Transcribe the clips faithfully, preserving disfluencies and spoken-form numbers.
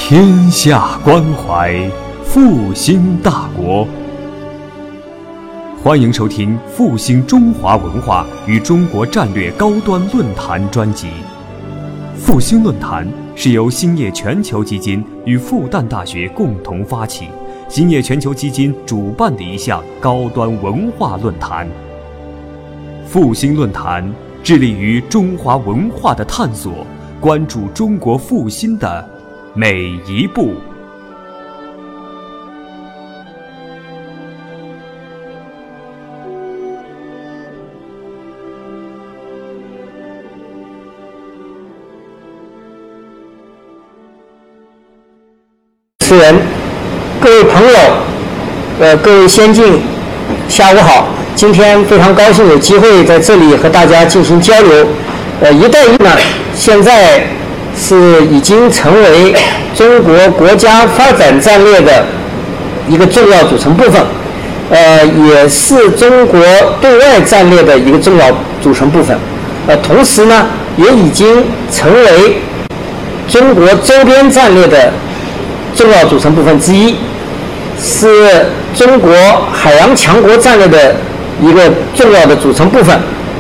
天下关怀，复兴大国。欢迎收听复兴中华文化与中国战略高端论坛专辑。复兴论坛是由兴业全球基金与复旦大学共同发起，兴业全球基金主办的一项高端文化论坛。复兴论坛致力于中华文化的探索，关注中国复兴的每一步。 主持人，各位朋友，呃，各位先进，下午好。今天非常高兴有机会在这里和大家进行交流。呃，一带一路呢，现在是已经成为中国国家发展战略的一个重要组成部分，呃，也是中国对外战略的一个重要组成部分。呃，同时呢，也已经成为中国周边战略的重要组成部分之一，是中国海洋强国战略的一个重要的组成部分。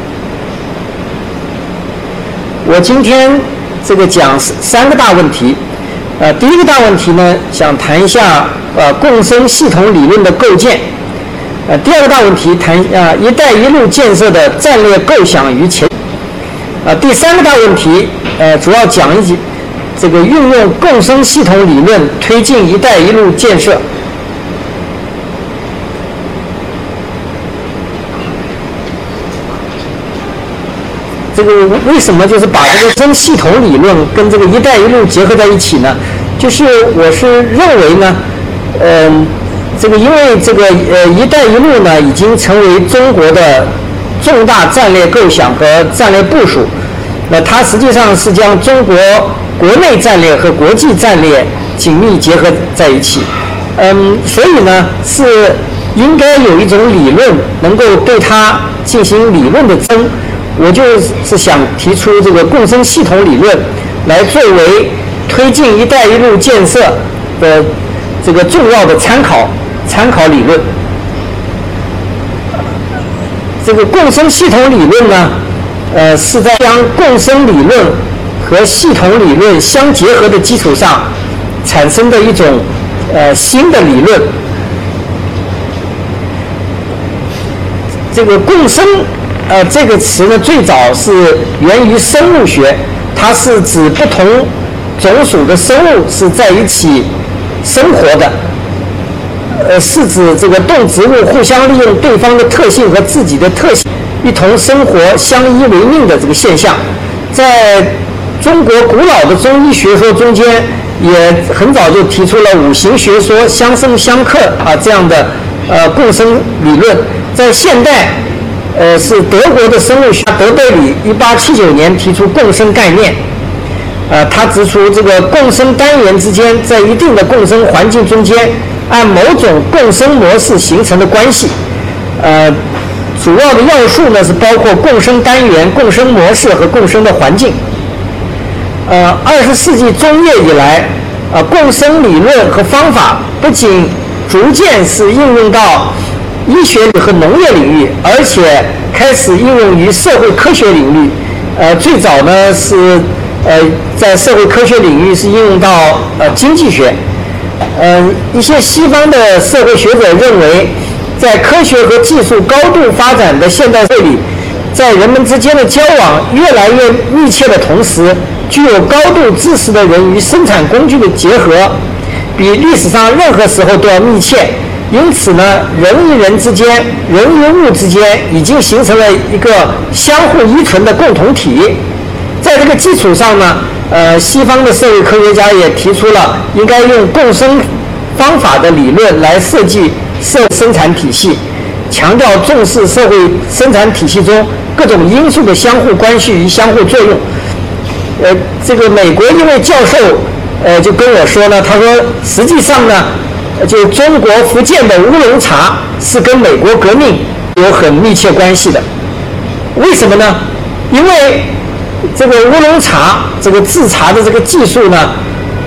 我今天这个讲三个大问题，呃，第一个大问题呢，想谈一下呃共生系统理论的构建，呃，第二个大问题谈啊“一带一路”建设的战略构想与前，呃，第三个大问题呃主要讲一这个运用共生系统理论推进“一带一路”建设。这个为什么就是把这个生系统理论跟这个“一带一路”结合在一起呢？就是我是认为呢，嗯、呃，这个因为这个呃“一带一路”呢已经成为中国的重大战略构想和战略部署，那它实际上是将中国国内战略和国际战略紧密结合在一起。嗯，所以呢是应该有一种理论能够对它进行理论的增。我就是想提出这个共生系统理论，来作为推进“一带一路”建设的这个重要的参考参考理论。这个共生系统理论呢，呃，是在将共生理论和系统理论相结合的基础上产生的一种呃新的理论。这个共生呃，这个词呢，最早是源于生物学，它是指不同种属的生物是在一起生活的，呃，是指这个动植物互相利用对方的特性和自己的特性，一同生活、相依为命的这个现象。在中国古老的中医学说中间，也很早就提出了五行学说、相生相克啊这样的呃共生理论。在现代，呃，是德国的生物学家德贝里一八七九年提出共生概念。呃，他指出这个共生单元之间在一定的共生环境中间，按某种共生模式形成的关系。呃，主要的要素呢是包括共生单元、共生模式和共生的环境。呃，二十世纪中叶以来，呃，共生理论和方法不仅逐渐是应用到医学和农业领域，而且开始应用于社会科学领域。呃，最早呢是呃在社会科学领域是应用到呃经济学。呃，一些西方的社会学者认为，在科学和技术高度发展的现代社会里，在人们之间的交往越来越密切的同时，具有高度知识的人与生产工具的结合，比历史上任何时候都要密切。因此呢，人与人之间、人与物之间已经形成了一个相互依存的共同体。在这个基础上呢，呃，西方的社会科学家也提出了应该用共生方法的理论来设计社会生产体系，强调重视社会生产体系中各种因素的相互关系与相互作用。呃，这个美国一位教授，呃，就跟我说呢，他说实际上呢，就中国福建的乌龙茶是跟美国革命有很密切关系的。为什么呢？因为这个乌龙茶这个制茶的这个技术呢，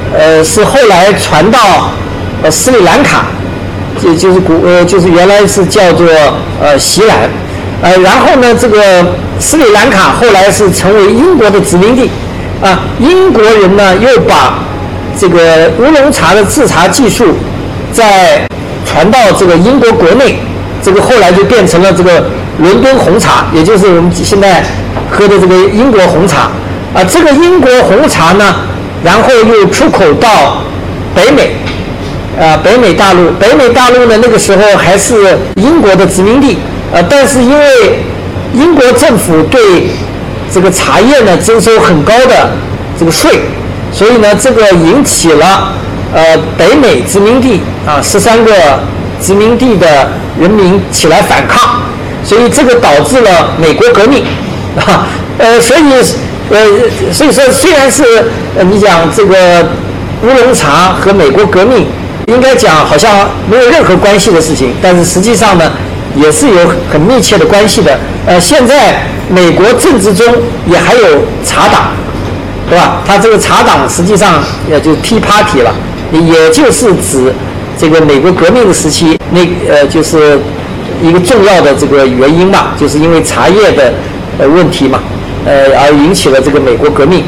呃，是后来传到呃斯里兰卡，就就是古呃就是原来是叫做呃锡兰，呃，然后呢，这个斯里兰卡后来是成为英国的殖民地，啊，英国人呢又把这个乌龙茶的制茶技术再传到这个英国国内，这个后来就变成了这个伦敦红茶，也就是我们现在喝的这个英国红茶。啊，这个英国红茶呢，然后又出口到北美，啊，北美大陆。北美大陆呢，那个时候还是英国的殖民地，呃，但是因为英国政府对这个茶叶呢征收很高的这个税，所以呢，这个引起了呃北美殖民地啊十三个殖民地的人民起来反抗，所以这个导致了美国革命，啊，呃，所以。呃，所以说虽然是呃你讲这个乌龙茶和美国革命应该讲好像没有任何关系的事情，但是实际上呢也是有很密切的关系的。呃，现在美国政治中也还有茶党，对吧？它这个茶党实际上也就 Tea Party 了，也就是指这个美国革命的时期那呃就是一个重要的这个原因嘛，就是因为茶叶的呃问题嘛。呃，而引起了这个美国革命。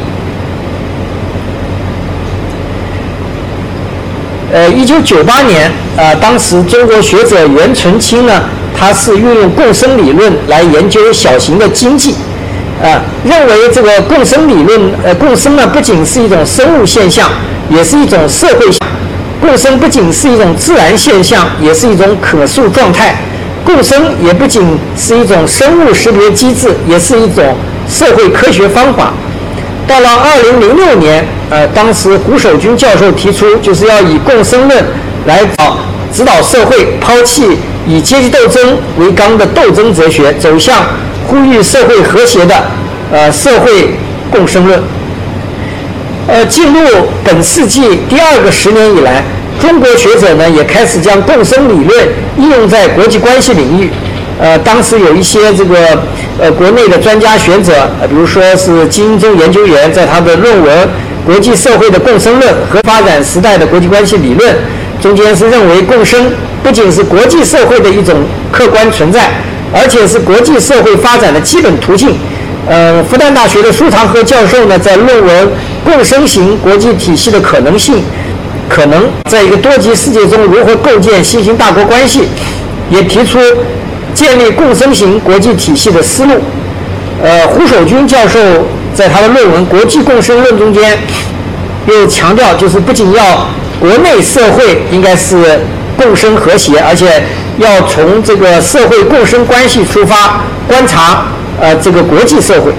呃，一九九八年，呃，当时中国学者袁纯清呢，他是运用共生理论来研究小型的经济，啊、呃，认为这个共生理论，呃，共生呢不仅是一种生物现象，也是一种社会现象；共生不仅是一种自然现象，也是一种可塑状态；共生也不仅是一种生物识别机制，也是一种社会科学方法。到了二零零六年，呃，当时胡守军教授提出，就是要以共生论来导指导社会，抛弃以阶级斗争为纲的斗争哲学，走向呼吁社会和谐的呃社会共生论。呃，进入本世纪第二个十年以来，中国学者呢也开始将共生理论应用在国际关系领域。呃，当时有一些这个呃国内的专家学者，呃、比如说是金英中研究员，在他的论文《国际社会的共生论和发展时代的国际关系理论》中间是认为共生不仅是国际社会的一种客观存在，而且是国际社会发展的基本途径。呃，复旦大学的舒长河教授呢，在论文《共生型国际体系的可能性》可能在一个多极世界中如何构建新型大国关系，也提出建立共生型国际体系的思路。呃，胡守军教授在他的论文《国际共生论》中间又强调，就是不仅要国内社会应该是共生和谐，而且要从这个社会共生关系出发观察呃这个国际社会。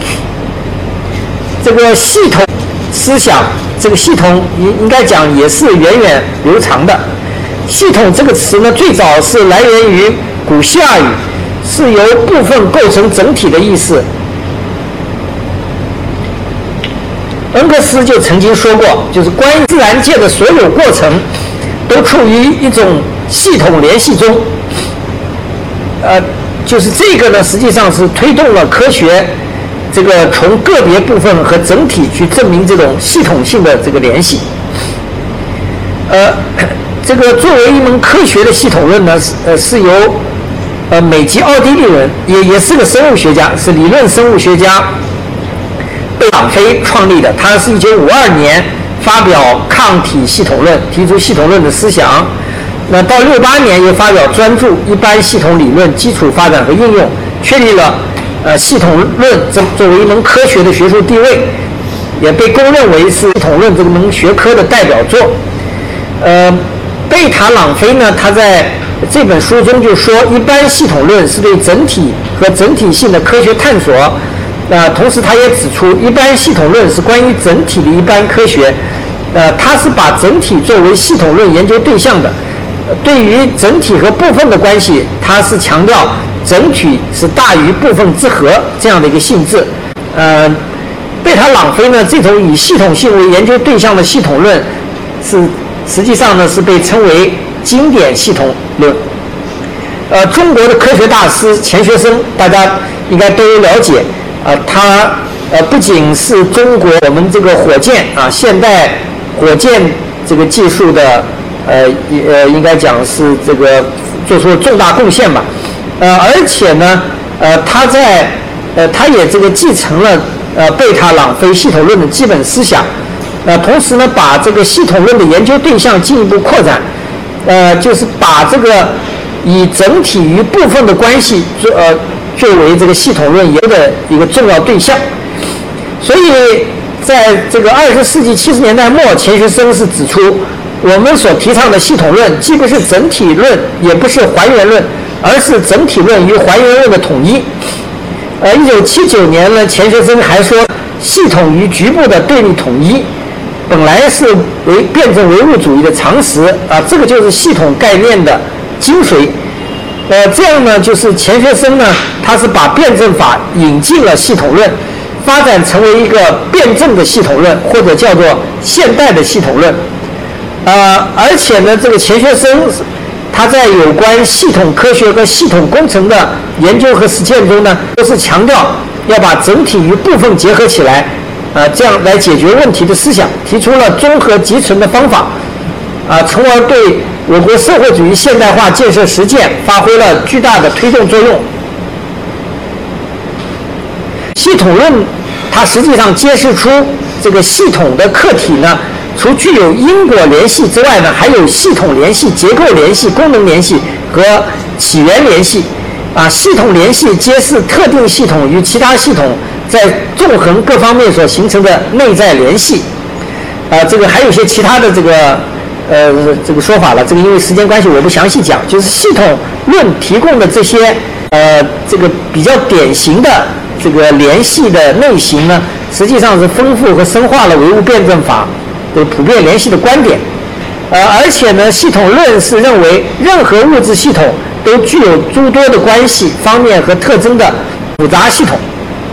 这个系统思想，这个系统应应该讲也是源远流长的。系统这个词呢，最早是来源于古希腊语，是由部分构成整体的意思。恩格斯就曾经说过，就是关于自然界的所有过程都处于一种系统联系中。呃，就是这个呢，实际上是推动了科学这个从个别部分和整体去证明这种系统性的这个联系。呃。这个作为一门科学的系统论呢，是呃是由呃美籍奥地利人，也也是个生物学家，是理论生物学家贝朗菲创立的。他是一九五二年发表抗体系统论，提出系统论的思想。那到六八年又发表专著《一般系统理论基础发展和应用》，确立了呃系统论这作为一门科学的学术地位，也被公认为是系统论这门学科的代表作。呃。贝塔朗菲呢，他在这本书中就说，一般系统论是对整体和整体性的科学探索。呃，同时他也指出，一般系统论是关于整体的一般科学。呃，他是把整体作为系统论研究对象的。对于整体和部分的关系，他是强调整体是大于部分之和这样的一个性质。呃，贝塔朗菲呢，这种以系统性为研究对象的系统论是。实际上呢，是被称为经典系统论。呃，中国的科学大师钱学森，大家应该都了解。呃，他呃不仅是中国我们这个火箭啊现代火箭这个技术的呃呃应该讲是这个做出了重大贡献吧。呃，而且呢，呃，他在呃他也这个继承了呃贝塔朗菲系统论的基本思想，呃，同时呢，把这个系统论的研究对象进一步扩展，呃，就是把这个以整体与部分的关系作呃作为这个系统论研究的一个重要对象。所以在这个二十世纪七十年代末，钱学森是指出，我们所提倡的系统论既不是整体论，也不是还原论，而是整体论与还原论的统一。呃，一九七九年呢，钱学森还说，系统与局部的对立统一，本来是为辩证唯物主义的常识啊，这个就是系统概念的精髓。呃，这样呢，就是钱学森呢，他是把辩证法引进了系统论，发展成为一个辩证的系统论，或者叫做现代的系统论。呃，而且呢，这个钱学森他在有关系统科学和系统工程的研究和实践中呢，都是强调要把整体与部分结合起来，呃，这样来解决问题的思想，提出了综合集成的方法，啊，从而对我国社会主义现代化建设实践发挥了巨大的推动作用。系统论它实际上揭示出这个系统的客体呢，除具有因果联系之外呢，还有系统联系、结构联系、功能联系和起源联系。啊，系统联系揭示特定系统与其他系统在纵横各方面所形成的内在联系。啊，这个还有一些其他的这个呃这个说法了，这个因为时间关系我不详细讲。就是系统论提供的这些呃这个比较典型的这个联系的类型呢，实际上是丰富和深化了唯物辩证法的普遍联系的观点。呃，而且呢，系统论是认为任何物质系统都具有诸多的关系、方面和特征的复杂系统。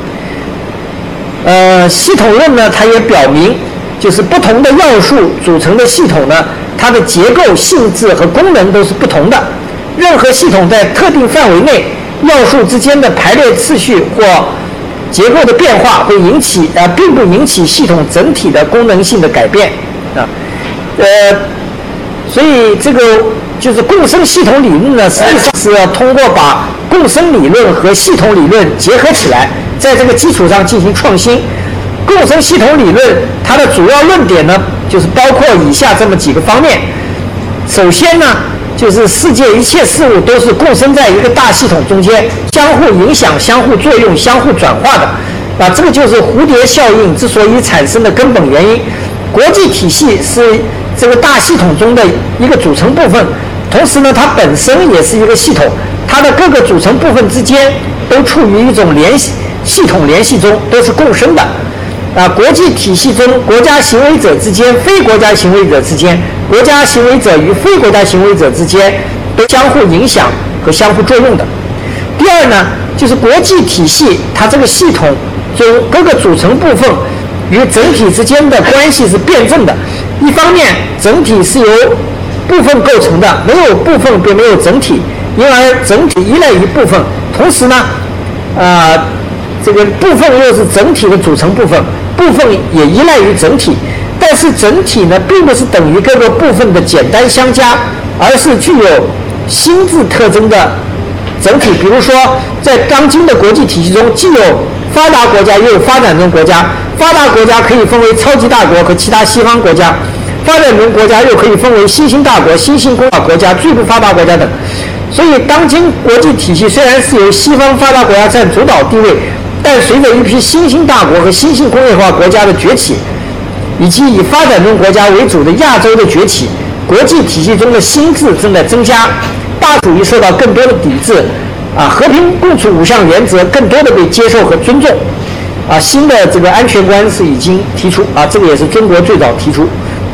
呃，系统论呢，它也表明，就是不同的要素组成的系统呢，它的结构、性质和功能都是不同的。任何系统在特定范围内，要素之间的排列次序或结构的变化会引起呃，并不引起系统整体的功能性的改变啊。呃，所以这个就是共生系统理论呢，实际上是要通过把共生理论和系统理论结合起来，在这个基础上进行创新。共生系统理论它的主要论点呢，就是包括以下这么几个方面。首先呢，就是世界一切事物都是共生在一个大系统中间，相互影响、相互作用、相互转化的。啊，这个就是蝴蝶效应之所以产生的根本原因。国际体系是这个大系统中的一个组成部分，同时呢，它本身也是一个系统，它的各个组成部分之间都处于一种联系系统联系中，都是共生的。啊，国际体系中，国家行为者之间、非国家行为者之间、国家行为者与非国家行为者之间都相互影响和相互作用的。第二呢，就是国际体系它这个系统中各个组成部分与整体之间的关系是辩证的。一方面，整体是由部分构成的，没有部分便没有整体，因而整体依赖于部分。同时呢，呃，这个部分又是整体的组成部分，部分也依赖于整体。但是整体呢，并不是等于各个部分的简单相加，而是具有心智特征的整体。比如说，在当今的国际体系中，既有发达国家，也有发展中国家。发达国家可以分为超级大国和其他西方国家，发展中国家又可以分为新兴大国、新兴工业国家、最不发达国家等。所以，当今国际体系虽然是由西方发达国家占主导地位，但随着一批新兴大国和新兴工业化国家的崛起，以及以发展中国家为主的亚洲的崛起，国际体系中的心智正在增加，大主义受到更多的抵制，啊，和平共处五项原则更多的被接受和尊重。啊，新的这个安全观是已经提出啊，这个也是中国最早提出。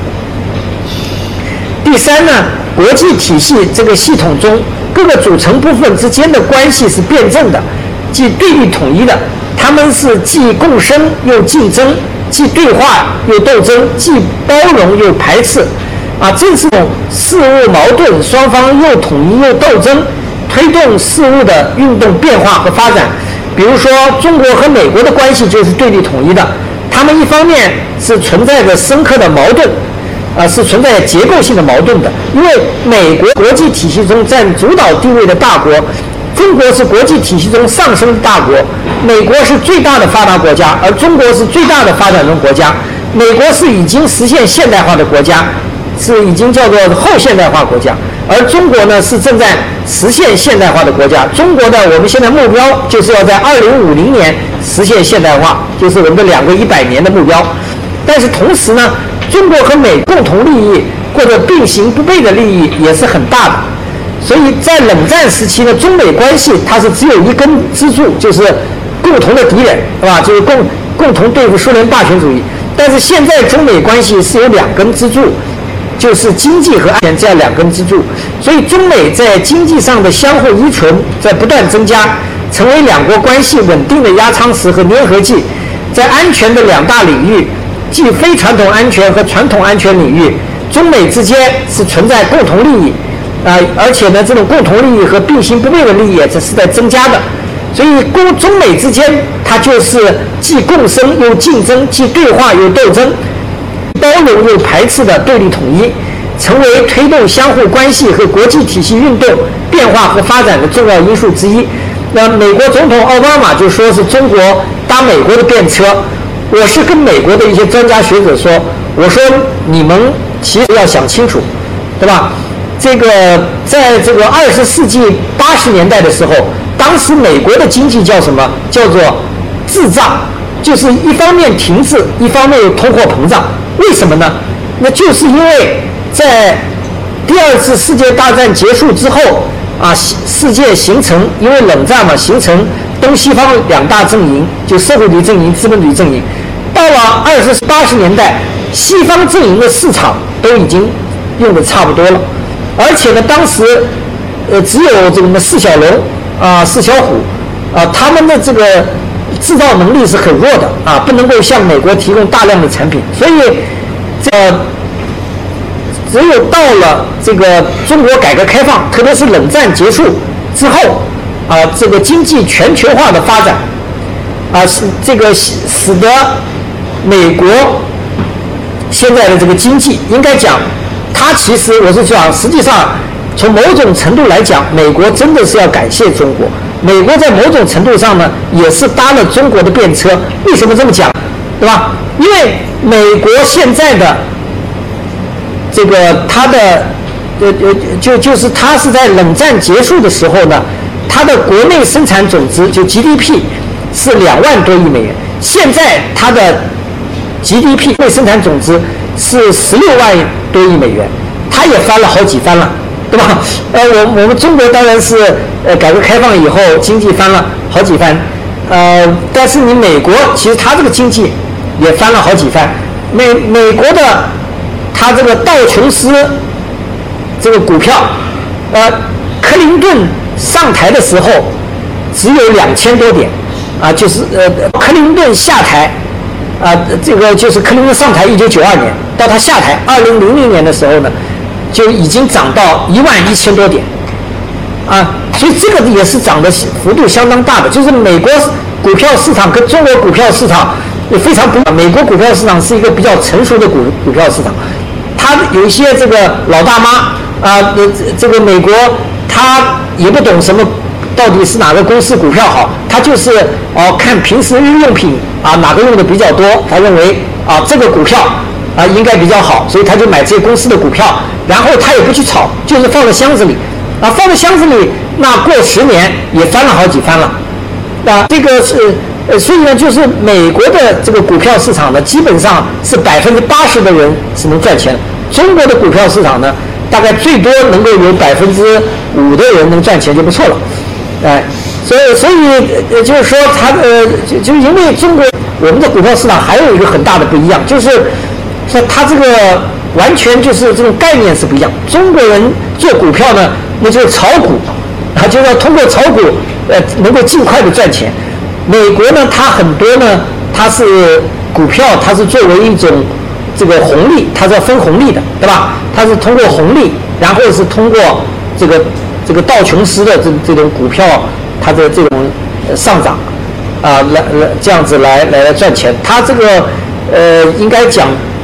第三呢，国际体系这个系统中各个组成部分之间的关系是辩证的，即对立统一的，它们是既共生又竞争，既对话又斗争，既包容又排斥。啊，正是这种事物矛盾，双方又统一又斗争，推动事物的运动变化和发展。比如说，中国和美国的关系就是对立统一的，他们一方面是存在着深刻的矛盾， 啊，是存在结构性的矛盾的。因为美国国际体系中占主导地位的大国，中国是国际体系中上升的大国，美国是最大的发达国家，而中国是最大的发展中国家。美国是已经实现现代化的国家，是已经叫做后现代化国家，而中国呢是正在实现现代化的国家。中国的我们现在目标就是要在二零五零年实现现代化，就是我们的两个一百年的目标。但是同时呢，中国和美共同利益或者并行不悖的利益也是很大的。所以在冷战时期呢，中美关系它是只有一根支柱，就是共同的敌人，是吧？就是共共同对付苏联霸权主义。但是现在中美关系是有两根支柱，就是经济和安全这样两根支柱。所以中美在经济上的相互依存在不断增加，成为两国关系稳定的压舱石和粘合剂。在安全的两大领域，即非传统安全和传统安全领域，中美之间是存在共同利益，啊、呃，而且呢，这种共同利益和并行不悖的利益也是在增加的。所以，共中美之间，它就是既共生又竞争，既对话又斗争，包容又排斥的对立统一，成为推动相互关系和国际体系运动变化和发展的重要因素之一。那美国总统奥巴马就说是中国搭美国的便车。我是跟美国的一些专家学者说，我说你们其实要想清楚，对吧？这个在这个二十世纪八十年代的时候，当时美国的经济叫什么？叫做滞胀，就是一方面停滞，一方面又通货膨胀。为什么呢？那就是因为在第二次世界大战结束之后啊，世界形成因为冷战嘛，形成东西方两大阵营，就社会主义阵营、资本主义阵营。到了二十八十年代，西方阵营的市场都已经用的差不多了，而且呢，当时呃只有这个四小龙啊、四小虎啊，他们的这个制造能力是很弱的啊，不能够向美国提供大量的产品，所以这个只有到了这个中国改革开放，特别是冷战结束之后啊，这个经济全球化的发展啊，是这个使得美国现在的这个经济，应该讲，它其实我是讲，实际上从某种程度来讲，美国真的是要感谢中国。美国在某种程度上呢，也是搭了中国的便车。为什么这么讲，对吧？因为美国现在的这个它的呃呃就就是它是在冷战结束的时候呢，它的国内生产总值就 G D P 是两万多亿美元，现在它的 G D P 内生产总值是十六万多亿美元，它也翻了好几番了，对吧？呃，我我们中国当然是呃改革开放以后经济翻了好几番，呃，但是你美国其实它这个经济也翻了好几番。美美国的它这个道琼斯这个股票，呃，克林顿上台的时候只有两千多点，啊，就是呃克林顿下台。啊，这个就是克林顿上台一九九二年，到他下台二零零零年的时候呢，就已经涨到一万一千多点，啊，所以这个也是涨的幅度相当大的。就是美国股票市场跟中国股票市场也非常不一样。美国股票市场是一个比较成熟的股股票市场，它有一些这个老大妈啊，呃，这个美国他也不懂什么。到底是哪个公司股票好？他就是哦看平时日用品啊哪个用的比较多，他认为啊这个股票啊应该比较好，所以他就买这些公司的股票，然后他也不去炒，就是放在箱子里啊放在箱子里，那过十年也翻了好几番了。那这个是呃所以呢，就是美国的这个股票市场呢，基本上是百分之八十的人是能赚钱的。中国的股票市场呢，大概最多能够有百分之五的人能赚钱就不错了。哎，所以所以呃，就是说它呃，就就因为中国我们的股票市场还有一个很大的不一样，就是说它这个完全就是这种概念是不一样。中国人做股票呢，那就是炒股，啊，就是要通过炒股呃能够尽快的赚钱。美国呢，它很多呢，它是股票，它是作为一种这个红利，它是要分红利的，对吧？它是通过红利，然后是通过这个。这个道琼斯的这这种股票，它的这种上涨，啊，来来这样子来来来赚钱。它这个呃，应该讲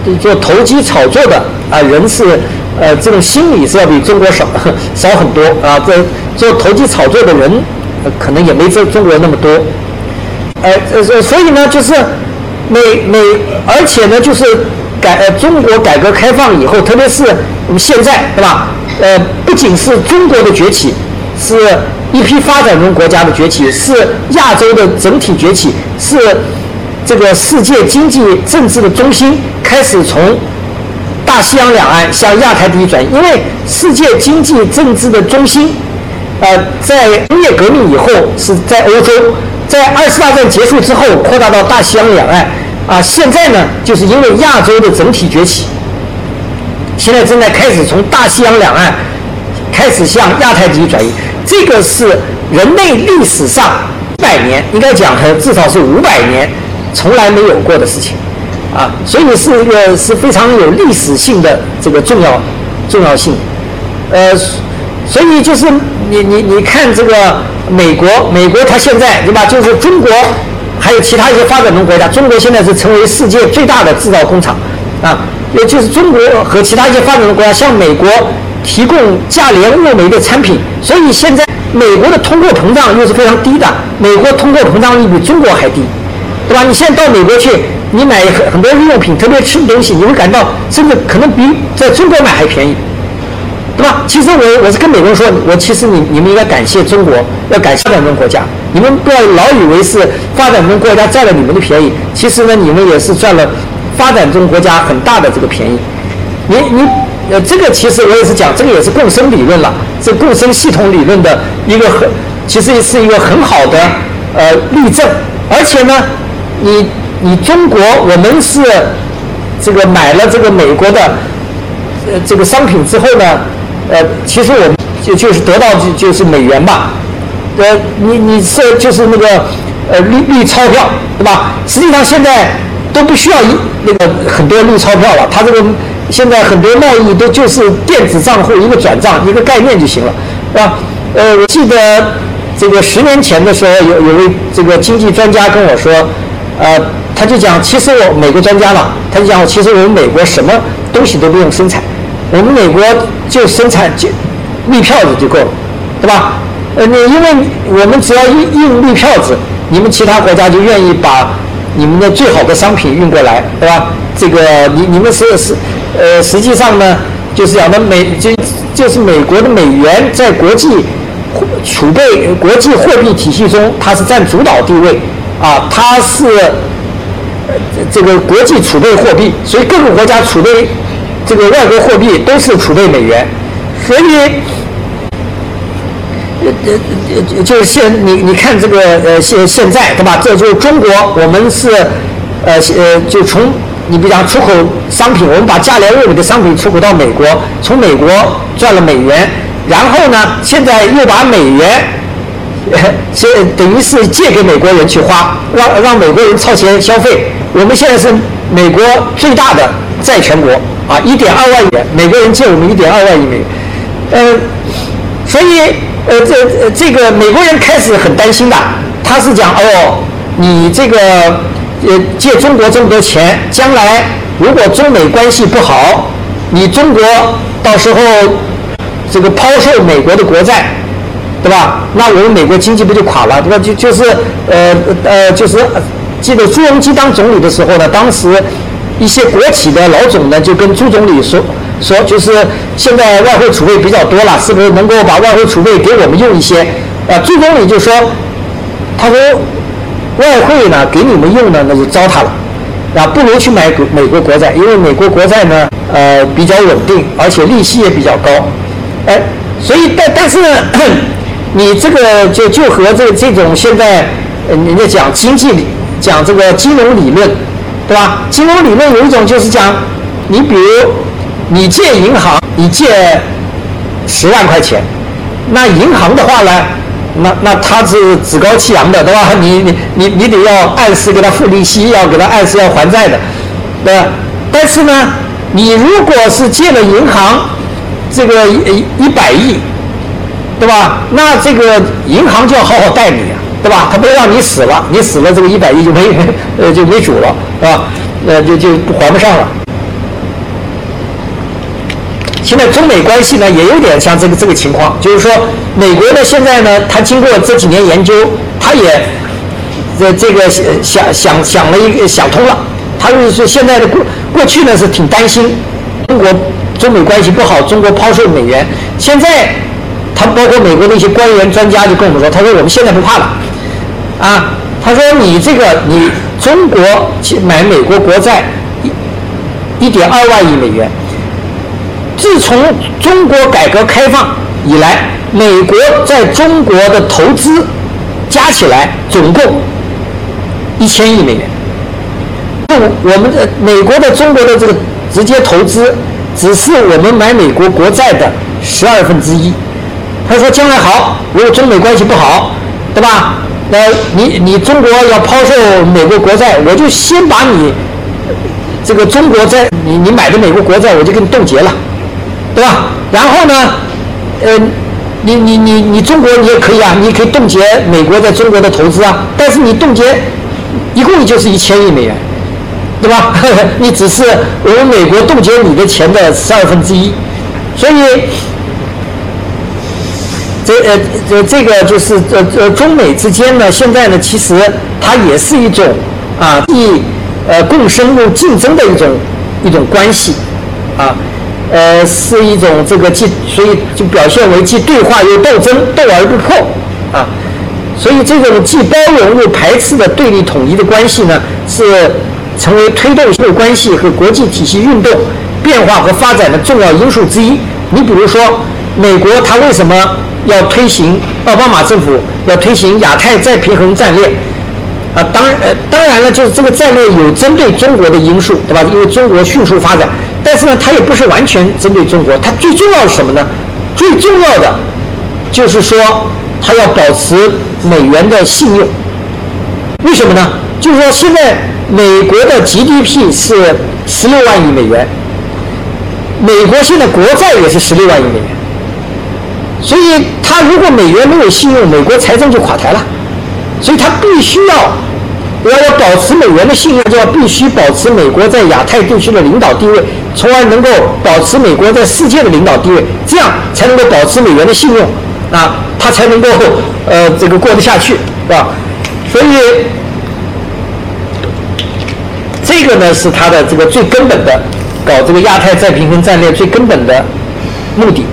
做投机炒作的啊人是呃这种心理是要比中国少少很多啊，这做投机炒作的人、呃、可能也没这中国那么多，呃呃所以呢就是美美而且呢就是改呃中国改革开放以后，特别是我们现在对吧？呃不仅是中国的崛起，是一批发展中国家的崛起，是亚洲的整体崛起，是这个世界经济政治的中心开始从大西洋两岸向亚太地区转移。因为世界经济政治的中心呃在工业革命以后是在欧洲，在二次大战结束之后扩大到大西洋两岸啊，现在呢就是因为亚洲的整体崛起，现在正在开始从大西洋两岸开始向亚太地区转移。这个是人类历史上百年，应该讲至少是五百年从来没有过的事情啊，所以是一个是非常有历史性的这个重要重要性。呃，所以就是你你你看这个美国，美国它现在对吧？就是中国还有其他一些发展中国家，中国现在是成为世界最大的制造工厂啊，也就是中国和其他一些发展中国家向美国提供价廉物美的产品，所以现在美国的通货膨胀又是非常低的，美国通货膨胀率比中国还低，对吧？你现在到美国去，你买很很多日用品，特别吃的东西，你会感到甚至可能比在中国买还便宜，对吧？其实我我是跟美国人说，我其实你你们应该感谢中国，要感谢发展中国家，你们不要老以为是发展中国家占了你们的便宜，其实呢你们也是赚了发展中国家很大的这个便宜。你你呃，这个其实我也是讲，这个也是共生理论了，是共生系统理论的一个很，其实是一个很好的呃例证。而且呢，你你中国我们是这个买了这个美国的呃这个商品之后呢，呃，其实我们就就是得到就就是美元吧，呃，你你是就是那个呃绿绿钞票对吧？实际上现在都不需要一那个很多绿钞票了，它这个。现在很多贸易都就是电子账户，一个转账，一个概念就行了，是吧？呃，我记得这个十年前的时候，有有位这个经济专家跟我说，呃，他就讲，其实我美国专家嘛，他就讲，其实我们美国什么东西都不用生产，我们美国就生产就绿票子就够了，对吧？呃，你因为我们只要印印绿票子，你们其他国家就愿意把你们的最好的商品运过来，对吧？这个你你们是是。呃，实际上呢，就是讲的美就就是美国的美元在国际储备、国际货币体系中，它是占主导地位啊，它是这个国际储备货币，所以各个国家储备这个外国货币都是储备美元，所以呃呃就是现你你看这个呃现现在对吧？这就是中国，我们是呃呃就从。你比如讲出口商品，我们把价廉物美的商品出口到美国，从美国赚了美元，然后呢，现在又把美元，现等于是借给美国人去花，让让美国人超前消费。我们现在是美国最大的债权国啊，一点二万亿元，美国人借我们一点二万亿美元，呃，所以呃这这个美国人开始很担心的，他是讲哦，你这个。呃，借中国这么多钱，将来如果中美关系不好，你中国到时候这个抛售美国的国债，对吧？那我们美国经济不就垮了，对吧？就就是呃呃，就是记得朱镕基当总理的时候呢，当时一些国企的老总呢就跟朱总理说说，就是现在外汇储备比较多了，是不是能够把外汇储备给我们用一些？啊，朱总理就说，他说。外汇呢给你们用呢，那就糟蹋了，啊，不如去买美国国债，因为美国国债呢，呃，比较稳定，而且利息也比较高，哎，所以但但是呢，你这个就就和这这种现在人家讲经济讲这个金融理论，对吧？金融理论有一种就是讲，你比如你借银行，你借十万块钱，那银行的话呢？那那他是趾高气扬的，对吧？你你你你得要按时给他付利息，要给他按时要还债的，对吧？但是呢，你如果是借了银行这个一一百亿，对吧？那这个银行就要好好待你啊，对吧？他不要让你死了，你死了这个一百亿就没呃就没主了，是吧？呃就就还不上了。 现在中美关系呢也有点像这个这个情况，就是说美国呢现在呢，他经过这几年研究，他也这这个想想想了一个想通了，他就是说现在的过过去呢是挺担心中国中美关系不好，中国抛售美元，现在他包括美国的一些官员专家就跟我们说，他说我们现在不怕了，啊，他说你这个你中国买美国国债一点二万亿美元。自从中国改革开放以来，美国在中国的投资加起来总共一千亿美元。我们的美国的中国的这个直接投资，只是我们买美国国债的十二分之一。他说将来好，如果中美关系不好，对吧？那你你中国要抛售美国国债，我就先把你这个中国债，你你买的美国国债，我就给你冻结了。对吧？然后呢，呃，你你你你中国你也可以啊，你可以冻结美国在中国的投资啊，但是你冻结一共就是一千亿美元，对吧？你只是我们美国冻结你的钱的十二分之一，所以这呃这这个就是呃呃中美之间呢，现在呢其实它也是一种啊既呃共生又竞争的一种一种关系啊。呃，是一种这个既，所以就表现为既对话又斗争，斗而不破啊。所以这种既包容又排斥的对立统一的关系呢，是成为推动社会关系和国际体系运动变化和发展的重要因素之一。你比如说，美国它为什么要推行奥巴马政府要推行亚太再平衡战略？啊，当然，呃，当然了，就是这个战略有针对中国的因素，对吧？因为中国迅速发展，但是呢，它也不是完全针对中国。它最重要的是什么呢？最重要的就是说，它要保持美元的信用。为什么呢？就是说，现在美国的 G D P 是十六万亿美元，美国现在国债也是十六万亿美元，所以它如果美元没有信用，美国财政就垮台了。所以它必须要，要要保持美元的信用，就要必须保持美国在亚太地区的领导地位，从而能够保持美国在世界的领导地位，这样才能够保持美元的信用啊，它才能够呃这个过得下去，是吧？所以这个呢是它的这个最根本的搞这个亚太再平衡战略最根本的目的。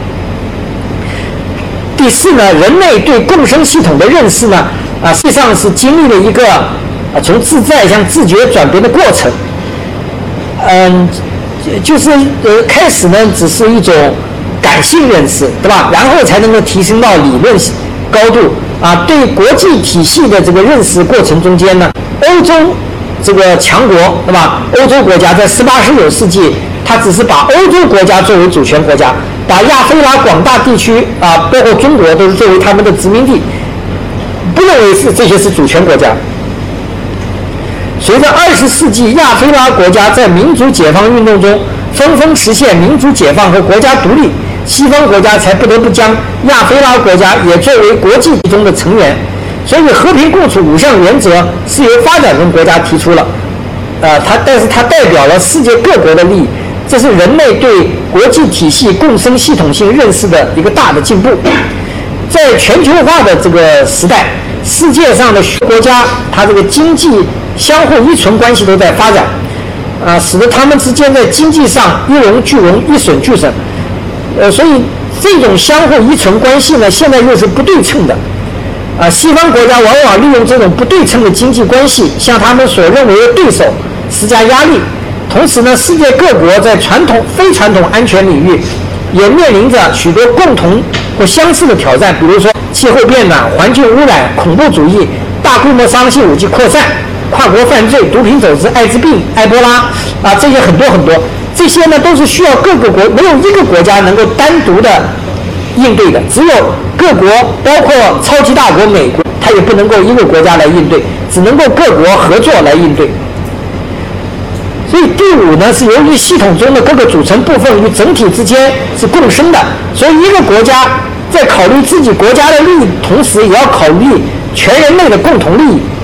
第四呢，人类对共生系统的认识呢，啊，实际上是经历了一个啊从自在向自觉转变的过程。嗯，就是呃开始呢只是一种感性认识，对吧？然后才能够提升到理论高度啊。对国际体系的这个认识过程中间呢，欧洲这个强国，对吧？欧洲国家在十八、十九世纪，它只是把欧洲国家作为主权国家。把亚非拉广大地区啊，包括中国，都是作为他们的殖民地，不认为是这些是主权国家。随着二十世纪亚非拉国家在民族解放运动中纷纷实现民族解放和国家独立，西方国家才不得不将亚非拉国家也作为国际中的成员。所以，和平共处五项原则是由发展中国家提出了，呃，它但是它代表了世界各国的利益。这是人类对国际体系共生系统性认识的一个大的进步。在全球化的这个时代，世界上的国家，它这个经济相互依存关系都在发展，啊，使得他们之间在经济上一荣俱荣，一损俱损。呃，所以这种相互依存关系呢，现在又是不对称的。啊，西方国家往往利用这种不对称的经济关系，向他们所认为的对手施加压力。同时呢，世界各国在传统、非传统安全领域也面临着许多共同或相似的挑战，比如说气候变暖、环境污染、恐怖主义、大规模杀伤性武器扩散、跨国犯罪、毒品走私、艾滋病、埃博拉啊，这些很多很多，这些呢都是需要各个国，没有一个国家能够单独的应对的，只有各国，包括超级大国美国，它也不能够一个国家来应对，只能够各国合作来应对。所以第五呢，是由于系统中的各个组成部分与整体之间是共生的，所以一个国家在考虑自己国家的利益同时，也要考虑全人类的共同利益。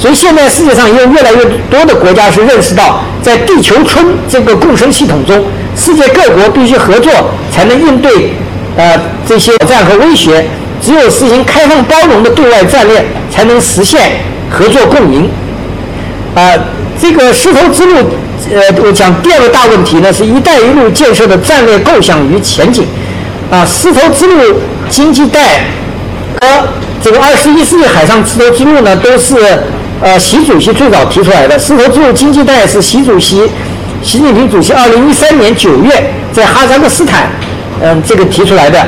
所以现在世界上也有越来越多的国家是认识到，在地球村这个共生系统中，世界各国必须合作才能应对呃这些挑战和威胁。只有实行开放包容的对外战略，才能实现合作共赢。啊、呃，这个丝绸之路，呃，我讲第二个大问题呢，是一带一路建设的战略构想与前景。啊，丝绸之路经济带和这个二十一世纪海上丝绸之路呢，都是呃习主席最早提出来的。丝绸之路经济带是习主席、习近平主席二零一三年九月在哈萨克斯坦，嗯、呃，这个提出来的。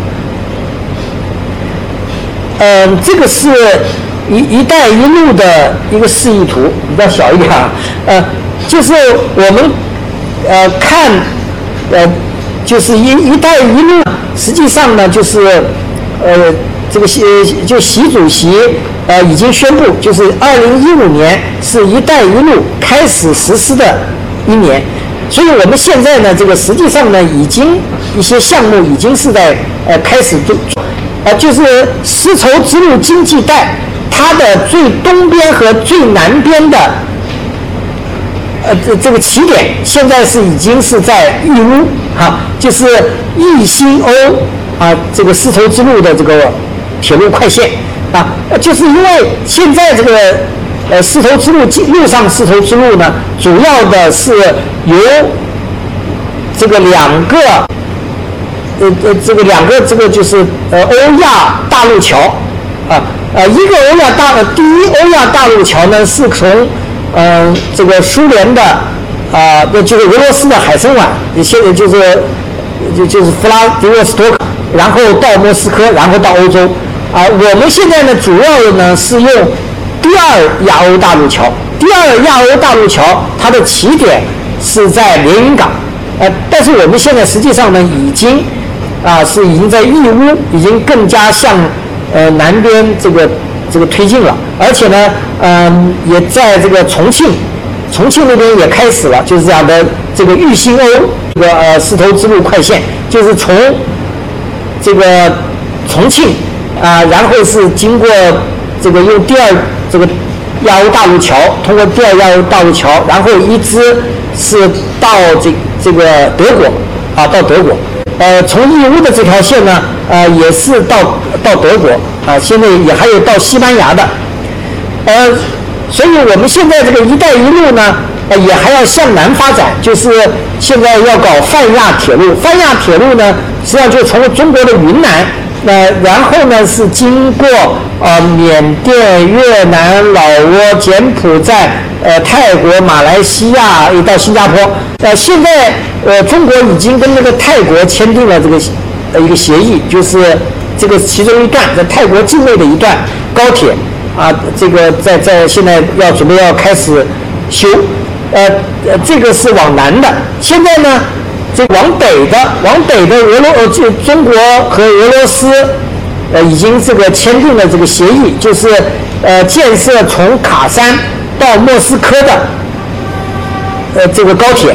嗯、呃，这个是一一带一路的一个示意图，比较小一点啊。呃，就是我们呃看呃。就是一一带一路，实际上呢，就是呃，这个习就习主席呃已经宣布，就是二零一五年是一带一路开始实施的一年，所以我们现在呢，这个实际上呢，已经一些项目已经是在呃开始做，呃，就是丝绸之路经济带，它的最东边和最南边的。呃，这这个起点现在是已经是在义乌啊，就是义新欧啊，这个丝绸之路的这个铁路快线啊，就是因为现在这个呃丝绸之路陆上丝绸之路呢，主要的是由这个两个呃呃这个两个这个就是呃欧亚大陆桥啊，呃一个欧亚大第一欧亚大陆桥呢是从嗯、呃，这个苏联的啊，那、呃、就是俄罗斯的海参崴，现在就是就就是弗拉迪沃斯托克，然后到莫斯科，然后到欧洲啊、呃。我们现在呢，主要的呢是用第二亚欧大陆桥。第二亚欧大陆桥，它的起点是在连云港，呃，但是我们现在实际上呢，已经啊、呃、是已经在义乌，已经更加向呃南边这个。这个推进了，而且呢，嗯，也在这个重庆，重庆那边也开始了，就是这样的这个豫新欧这个呃丝绸之路快线，就是从这个重庆啊、呃，然后是经过这个用第二这个亚欧大陆桥，通过第二亚欧大陆桥，然后一直是到这这个德国啊，到德国。呃，从义乌的这条线呢，呃，也是到到德国啊、呃，现在也还有到西班牙的，呃，所以我们现在这个“一带一路”呢，呃，也还要向南发展，就是现在要搞泛亚铁路。泛亚铁路呢，实际上就从中国的云南，呃，然后呢是经过呃缅甸、越南、老挝、柬埔寨、呃泰国、马来西亚，一到新加坡。呃，现在呃中国已经跟那个泰国签订了这个呃一个协议，就是这个其中一段在泰国境内的一段高铁啊，这个在在现在要准备要开始修，呃呃这个是往南的。现在呢，这往北的往北的俄罗呃就中国和俄罗斯呃已经这个签订了这个协议，就是呃建设从卡山到莫斯科的呃这个高铁。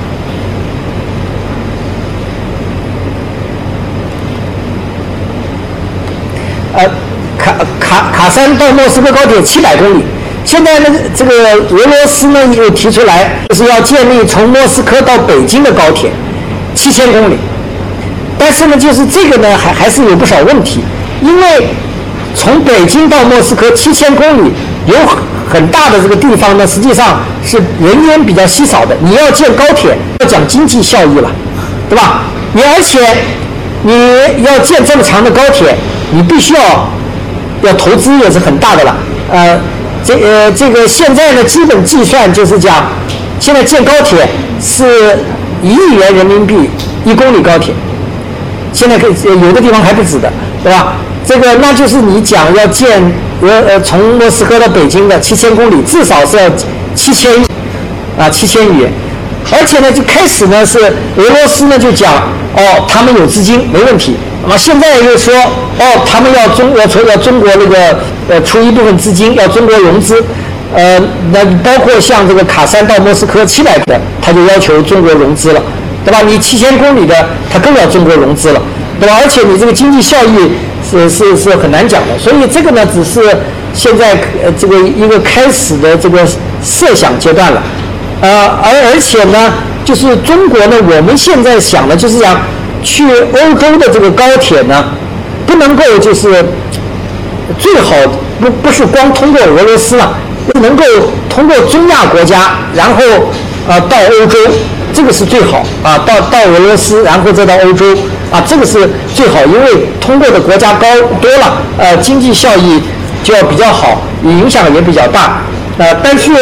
呃，卡卡卡山到莫斯科高铁七百公里。现在呢，这个俄罗斯呢又提出来，就是要建立从莫斯科到北京的高铁，七千公里。但是呢，就是这个呢，还还是有不少问题，因为从北京到莫斯科七千公里，有很大的这个地方呢，实际上是人烟比较稀少的。你要建高铁，要讲经济效益了，对吧？你而且你要建这么长的高铁，你必须要要投资也是很大的了。呃，这呃这个现在呢，基本计算就是讲，现在建高铁是一亿元人民币一公里高铁，现在可以有的地方还不止的，对吧？这个那就是你讲要建呃呃从莫斯科到北京的七千公里，至少是要七千亿啊七千亿元。而且呢，就开始呢是俄罗斯呢就讲哦，他们有资金没问题。那么现在又说哦，他们要中要从要中国那个呃出一部分资金，要中国融资。呃，那包括像这个卡山到莫斯科七百的，他就要求中国融资了，对吧？你七千公里的，他更要中国融资了，对吧？而且你这个经济效益是是是很难讲的。所以这个呢，只是现在呃这个一个开始的这个设想阶段了。呃，而而且呢，就是中国呢，我们现在想的就是讲去欧洲的这个高铁呢，不能够就是最好不不是光通过俄罗斯了，能够通过中亚国家，然后呃到欧洲，这个是最好啊，到到俄罗斯，然后再到欧洲啊，这个是最好，因为通过的国家高多了，呃，经济效益就要比较好，影响也比较大，呃，但是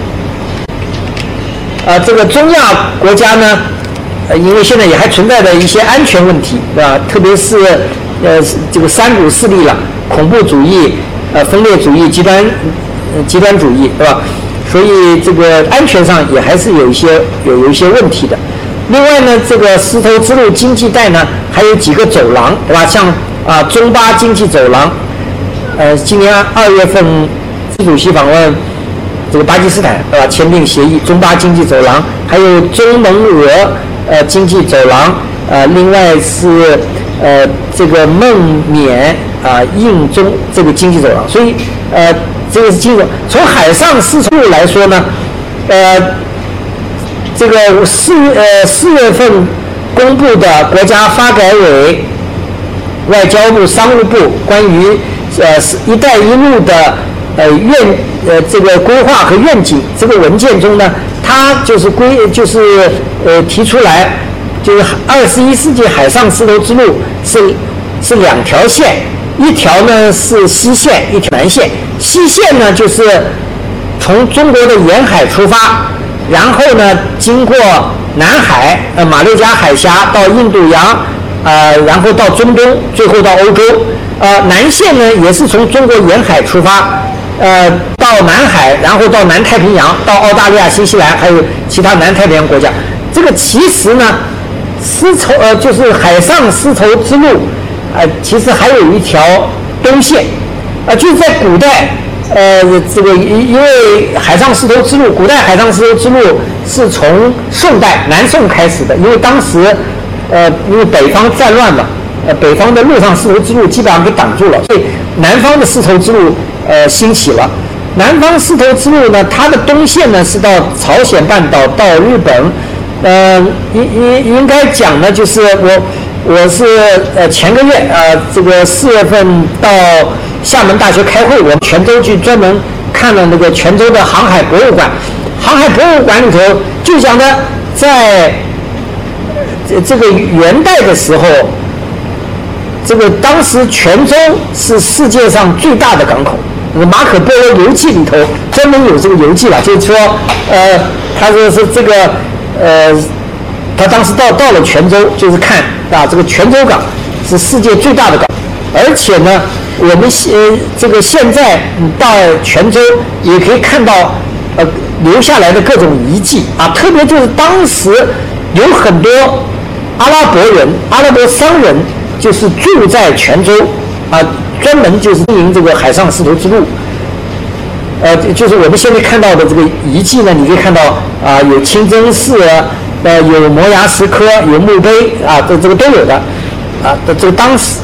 呃这个中亚国家呢，呃，因为现在也还存在着一些安全问题，对吧？特别是呃这个三股势力了，恐怖主义、呃分裂主义、极端呃极端主义，对吧？所以这个安全上也还是有一些有有一些问题的。另外呢，这个丝绸之路经济带呢，还有几个走廊，对吧？像啊中巴经济走廊，呃，今年二月份习主席访问这个巴基斯坦，对吧？签订协议，中巴经济走廊，还有中蒙俄呃经济走廊，呃，另外是呃这个孟缅啊、呃、印中这个经济走廊，所以呃。这个是经济。从海上丝绸路来说呢，呃，这个四呃四月份公布的国家发改委、外交部、商务部关于呃“一带一路”的呃愿呃这个规划和愿景这个文件中呢，它就是规就是呃提出来，就是二十一世纪海上丝绸之路是是两条线。一条呢是西线，一条南线。西线呢就是从中国的沿海出发，然后呢经过南海，呃马六甲海峡到印度洋，呃然后到中东，最后到欧洲。呃南线呢也是从中国沿海出发，呃到南海，然后到南太平洋，到澳大利亚、新西兰还有其他南太平洋国家。这个其实呢，丝绸呃就是海上丝绸之路。呃，其实还有一条东线，呃，就是在古代，呃，这个因为海上丝绸之路，古代海上丝绸之路是从宋代南宋开始的，因为当时，呃，因为北方战乱嘛，呃，北方的陆上丝绸之路基本上被挡住了，所以南方的丝绸之路呃兴起了。南方丝绸之路呢，它的东线呢是到朝鲜半岛到日本，呃，应应应该讲呢，就是我。我是呃前个月呃这个四月份到厦门大学开会，我们泉州去专门看了那个泉州的航海博物馆。航海博物馆里头就讲的，在这这个元代的时候，这个当时泉州是世界上最大的港口。马可波罗游记里头专门有这个游记了，就是说呃他说是这个呃。他当时到到了泉州，就是看啊，这个泉州港是世界最大的港，而且呢，我们现这个现在到泉州也可以看到呃留下来的各种遗迹啊，特别就是当时有很多阿拉伯人、阿拉伯商人就是住在泉州啊，专门就是经营这个海上丝绸之路。呃，就是我们现在看到的这个遗迹呢，你可以看到啊，有清真寺。呃，有摩崖石刻，有墓碑啊，这这个都有的，啊，这这个当时，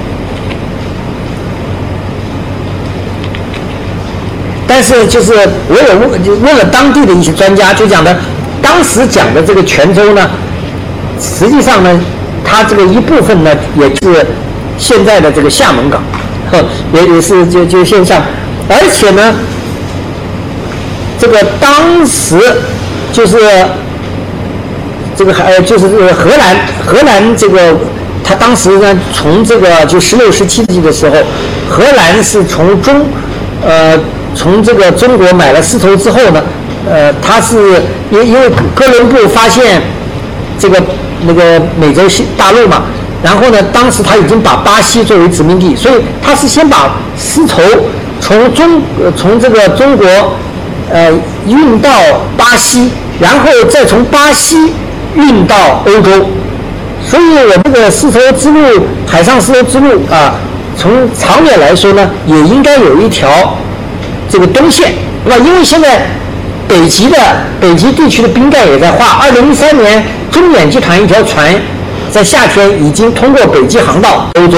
但是就是我也问，就问了当地的一些专家，就讲的，当时讲的这个泉州呢，实际上呢，它这个一部分呢，也是现在的这个厦门港，呵也也是就就现象，而且呢，这个当时就是。这个还就是这个荷兰，荷兰这个，他当时呢，从这个就十六、十七世纪的时候，荷兰是从中，呃，从这个中国买了丝绸之后呢，呃，他是因因为哥伦布发现这个那个美洲大陆嘛，然后呢，当时他已经把巴西作为殖民地，所以他是先把丝绸从中呃从这个中国呃运到巴西，然后再从巴西。运到欧洲，所以我这个丝绸之路、海上丝绸之路啊，从长远来说呢，也应该有一条这个东线，对吧？因为现在北极的北极地区的冰盖也在化。二零一三年，中远集团一条船在夏天已经通过北极航道欧洲，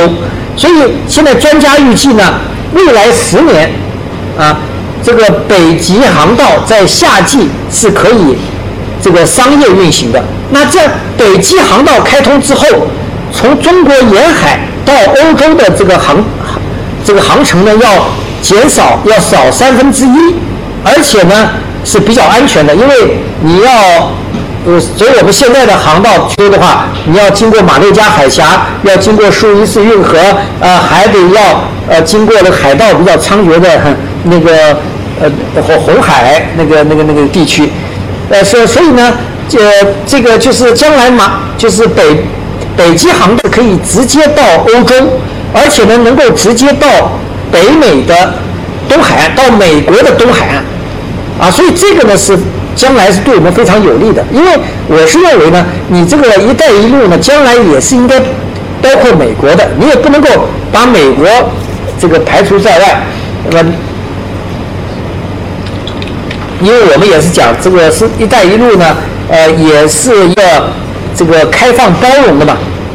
所以现在专家预计呢，未来十年啊，这个北极航道在夏季是可以这个商业运行的。那这北极航道开通之后，从中国沿海到欧洲的这个航这个航程呢，要减少，要少三分之一，而且呢是比较安全的，因为你要。呃，所以我们现在的航道修的话，你要经过马六甲海峡，要经过苏伊士运河，呃，还得要呃经过了海盗比较猖獗的那个呃红红海那个那个那个地区，呃，所所以呢，这这个就是将来马就是北北极航道可以直接到欧洲，而且呢能够直接到北美的东海岸，到美国的东海岸，啊，所以这个呢是。将来是对我们非常有利的，因为我是认为呢，你这个“一带一路”呢，将来也是应该包括美国的，你也不能够把美国这个排除在外。那么，因为我们也是讲这个是“一带一路”呢，呃，也是一个这个开放包容的嘛。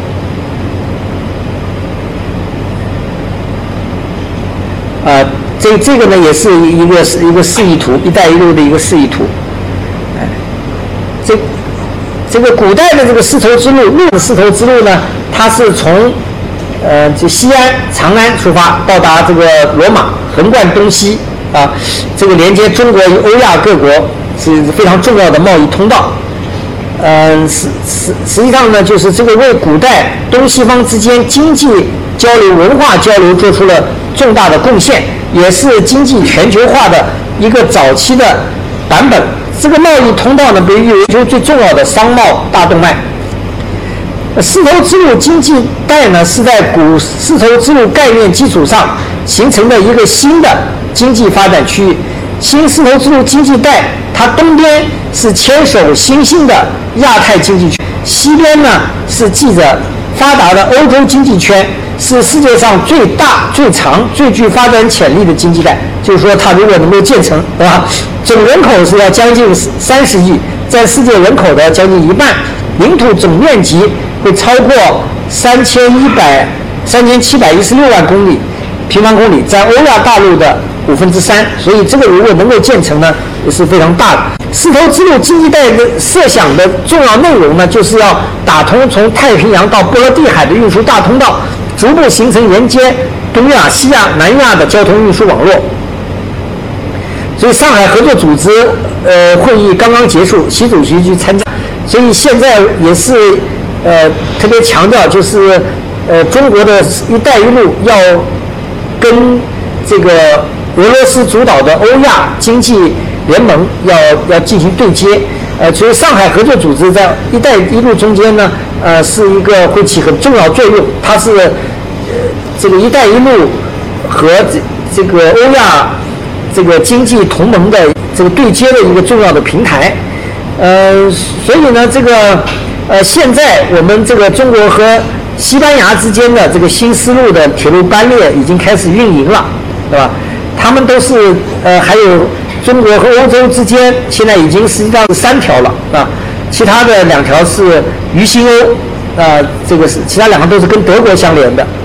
啊、呃，这这个呢也是一个是一个示意图，“一带一路”的一个示意图。这这个古代的这个丝绸之路，陆的丝绸之路呢，它是从呃这西安、长安出发，到达这个罗马，横贯东西啊，这个连接中国与欧亚各国是非常重要的贸易通道。嗯、呃，实实实际上呢，就是这个为古代东西方之间经济交流、文化交流做出了重大的贡献，也是经济全球化的一个早期的版本。这个贸易通道呢，被誉为全球最重要的商贸大动脉。丝绸之路经济带呢，是在古丝绸之路概念基础上形成的一个新的经济发展区域。新丝绸之路经济带，它东边是牵手新兴的亚太经济圈，西边呢是系着发达的欧洲经济圈，是世界上最大、最长、最具发展潜力的经济带。就是说，它如果能够建成，对吧？总人口是要将近三十亿，占世界人口的将近一半，领土总面积会超过三千一百三千七百一十六万公里平方公里，占欧亚大陆的五分之三。所以，这个如果能够建成呢，也是非常大的。丝绸之路经济带的设想的重要内容呢，就是要打通从太平洋到波罗的海的运输大通道，逐步形成连接东亚、西亚、南亚的交通运输网络。所以上海合作组织呃会议刚刚结束，习主席去参加，所以现在也是呃特别强调，就是呃中国的一带一路要跟这个俄罗斯主导的欧亚经济联盟要要进行对接，呃，所以上海合作组织在一带一路中间呢，呃是一个会起很重要作用，它是呃这个一带一路和这这个欧亚这个经济同盟的这个对接的一个重要的平台，呃，所以呢，这个呃，现在我们这个中国和西班牙之间的这个新丝路的铁路班列已经开始运营了，对吧？他们都是呃，还有中国和欧洲之间现在已经实际上是三条了啊，其他的两条是渝新欧，啊、呃，这个是其他两个都是跟德国相连的。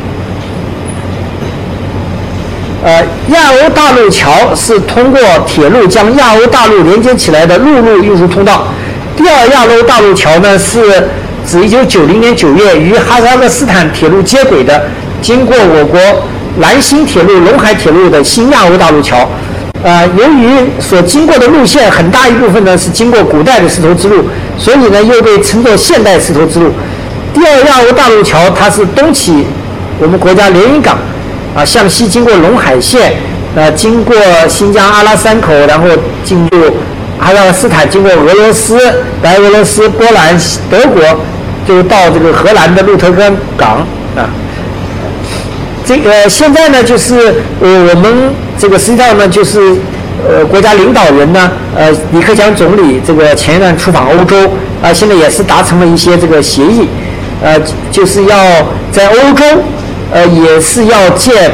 呃，亚欧大陆桥是通过铁路将亚欧大陆连接起来的陆路运输通道。第二亚欧大陆桥呢，是指一九九零年九月与哈萨克斯坦铁路接轨的，经过我国兰新铁路、陇海铁路的新亚欧大陆桥。呃，由于所经过的路线很大一部分呢是经过古代的丝绸之路，所以呢又被称作现代丝绸之路。第二亚欧大陆桥它是东起我们国家连云港。啊，向西经过陇海线，呃，经过新疆阿拉山口，然后进入哈萨克斯坦，经过俄罗斯、白俄罗斯、波兰、德国，就到这个荷兰的鹿特丹港啊。这个、呃、现在呢，就是呃我们这个实际上呢，就是呃国家领导人呢，呃李克强总理这个前一段出访欧洲啊、呃，现在也是达成了一些这个协议，呃，就是要在欧洲。呃，也是要建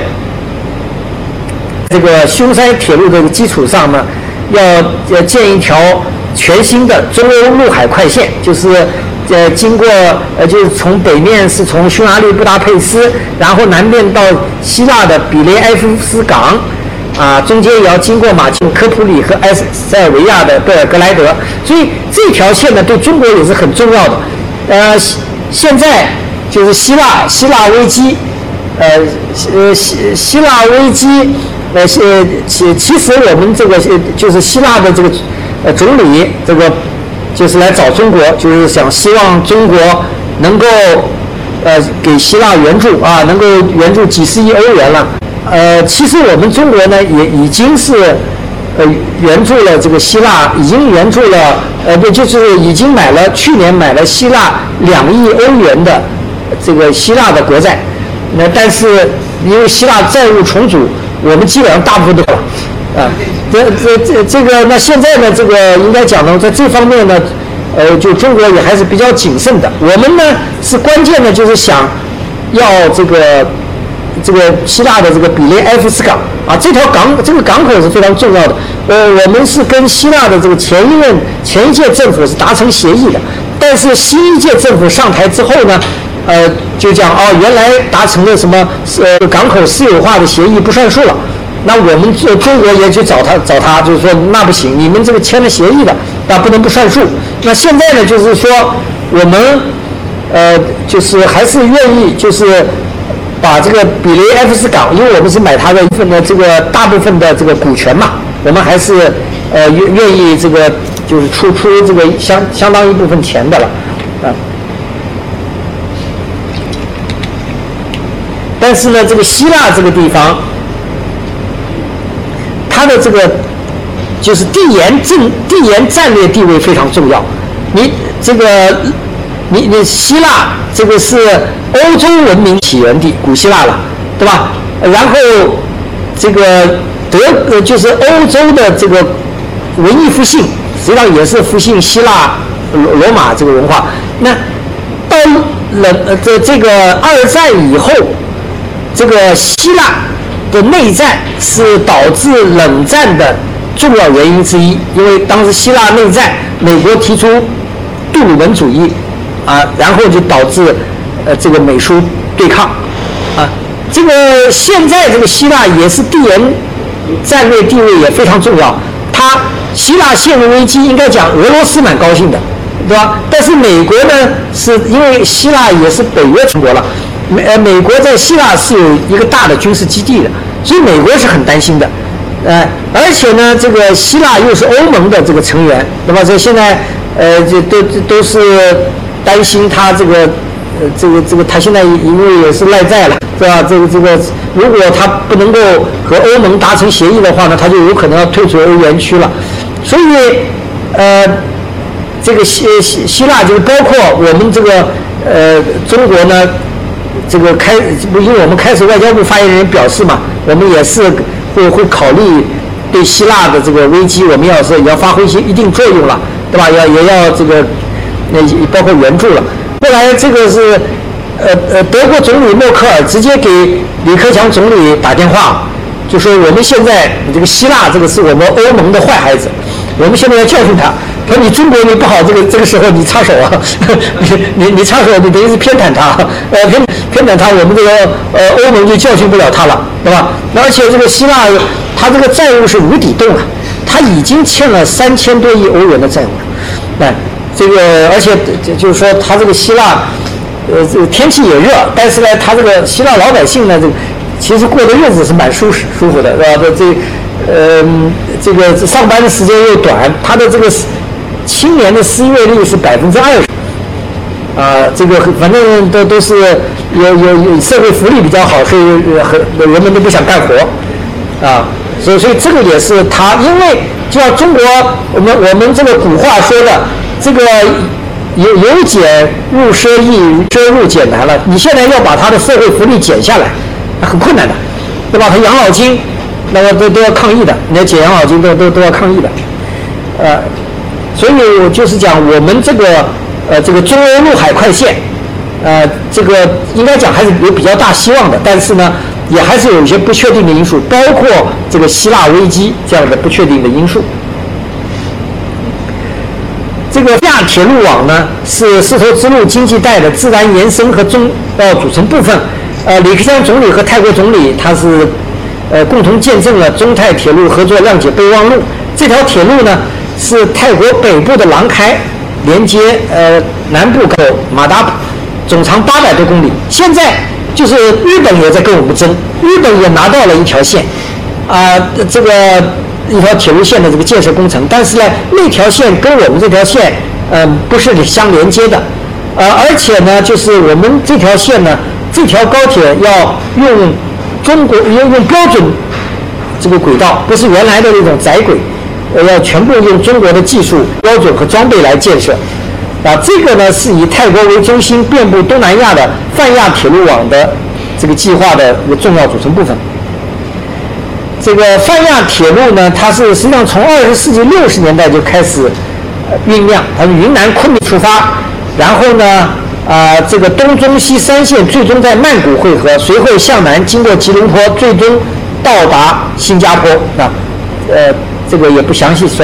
这个匈塞铁路的基础上呢，要要建一条全新的中欧陆海快线，就是呃经过呃就是从北面是从匈牙利布达佩斯，然后南面到希腊的比雷埃夫斯港。啊，中间也要经过马其顿、科普里和埃塞尔维亚的贝尔格莱德，所以这条线呢对中国也是很重要的。呃，现在就是希腊希腊危机，呃呃希希腊危机，呃呃其其实我们这个就是希腊的这个呃总理这个就是来找中国，就是想希望中国能够呃给希腊援助啊，能够援助几十亿欧元了。呃，其实我们中国呢也已经是呃援助了这个希腊，已经援助了呃不就是已经买了去年买了希腊两亿欧元的这个希腊的国债。那但是因为希腊债务重组，我们基本上大部分都了啊。这这这这个那现在呢，这个应该讲呢，在这方面呢，呃，就中国也还是比较谨慎的。我们呢是关键的就是想要这个。这个希腊的这个比雷埃夫斯港啊，这条港这个港口是非常重要的。呃，我们是跟希腊的这个前一任前一届政府是达成协议的，但是新一届政府上台之后呢，呃，就讲哦，原来达成了什么呃港口私有化的协议不算数了。那我们中中国也去找他找他，就是说那不行，你们这个签了协议的，那不能不算数。那现在呢，就是说我们呃就是还是愿意就是。把这个比雷埃夫斯港，因为我们是买它的一份的这个大部分的这个股权嘛，我们还是呃愿愿意这个就是出出这个相相当一部分钱的了啊。但是呢，这个希腊这个地方，它的这个就是地缘政地缘战略地位非常重要。你这个你你希腊这个是欧洲文明起源地，古希腊了，对吧？然后这个德呃就是欧洲的这个文艺复兴，实际上也是复兴希腊罗罗马这个文化。那到冷呃这这个二战以后，这个希腊的内战是导致冷战的重要原因之一，因为当时希腊内战，美国提出杜鲁门主义啊，然后就导致呃这个美苏对抗啊。这个现在这个希腊也是地缘战略地位也非常重要，它希腊陷入危机，应该讲俄罗斯蛮高兴的，对吧？但是美国呢，是因为希腊也是北约成国了，美呃美国在希腊是有一个大的军事基地的，所以美国是很担心的，呃，而且呢，这个希腊又是欧盟的这个成员，对吧？所以现在呃，这都都是担心他这个呃这个这个他现在因为也是赖债了，是吧？这个这个如果他不能够和欧盟达成协议的话呢，他就有可能要退出欧元区了，所以呃。这个希希希腊就是包括我们这个呃中国呢，这个开因为我们开始外交部发言人表示嘛，我们也是会会考虑对希腊的这个危机，我们要是也要发挥一些一定作用了，对吧？要也要这个那包括援助了。后来这个是呃呃德国总理默克尔直接给李克强总理打电话，就说我们现在这个希腊这个是我们欧盟的坏孩子，我们现在要教训他。说你中国你不好，这个这个时候你插手啊，你你你插手，你等于是偏袒他，呃偏偏袒他，我们这个呃欧盟就教训不了他了，对吧？而且这个希腊，他这个债务是无底洞啊，他已经欠了三千多亿欧元的债务了，哎，这个而且就是说他这个希腊，呃这个天气也热，但是呢，他这个希腊老百姓呢，这个其实过的日子是蛮舒适舒服的，是吧？这呃这个上班的时间又短，他的这个。青年的失业率是百分之二十，啊，这个反正都都是有有有社会福利比较好，所以很人们都不想干活，啊，所以所以这个也是他，因为就像中国我们我们这个古话说的，这个由由俭入奢易，奢入俭难了。你现在要把他的社会福利减下来，很困难的，对吧？他养老金那个都都要抗议的，你要减养老金都都都要抗议的，呃。所以我就是讲，我们这个呃这个中欧陆海快线，呃这个应该讲还是有比较大希望的，但是呢，也还是有一些不确定的因素，包括这个希腊危机这样的不确定的因素。这个亚亚铁路网呢是丝绸之路经济带的自然延伸和重要组成部分。呃，李克强总理和泰国总理他是呃共同见证了中泰铁路合作谅解备忘录。这条铁路呢是泰国北部的廊开，连接呃南部口马达普，总长八百多公里。现在就是日本也在跟我们争，日本也拿到了一条线，啊、呃，这个一条铁路线的这个建设工程，但是呢，那条线跟我们这条线，嗯、呃，不是相连接的，呃，而且呢，就是我们这条线呢，这条高铁要用中国用用标准这个轨道，不是原来的那种窄轨，呃，要全部用中国的技术标准和装备来建设。啊，这个呢是以泰国为中心，遍布东南亚的泛亚铁路网的这个计划的一个重要组成部分。这个泛亚铁路呢，它是实际上从二十世纪六十年代就开始酝酿，它是云南昆明出发，然后呢，啊、呃，这个东中西三线最终在曼谷汇合，随后向南经过吉隆坡，最终到达新加坡。啊，呃，这个也不详细说。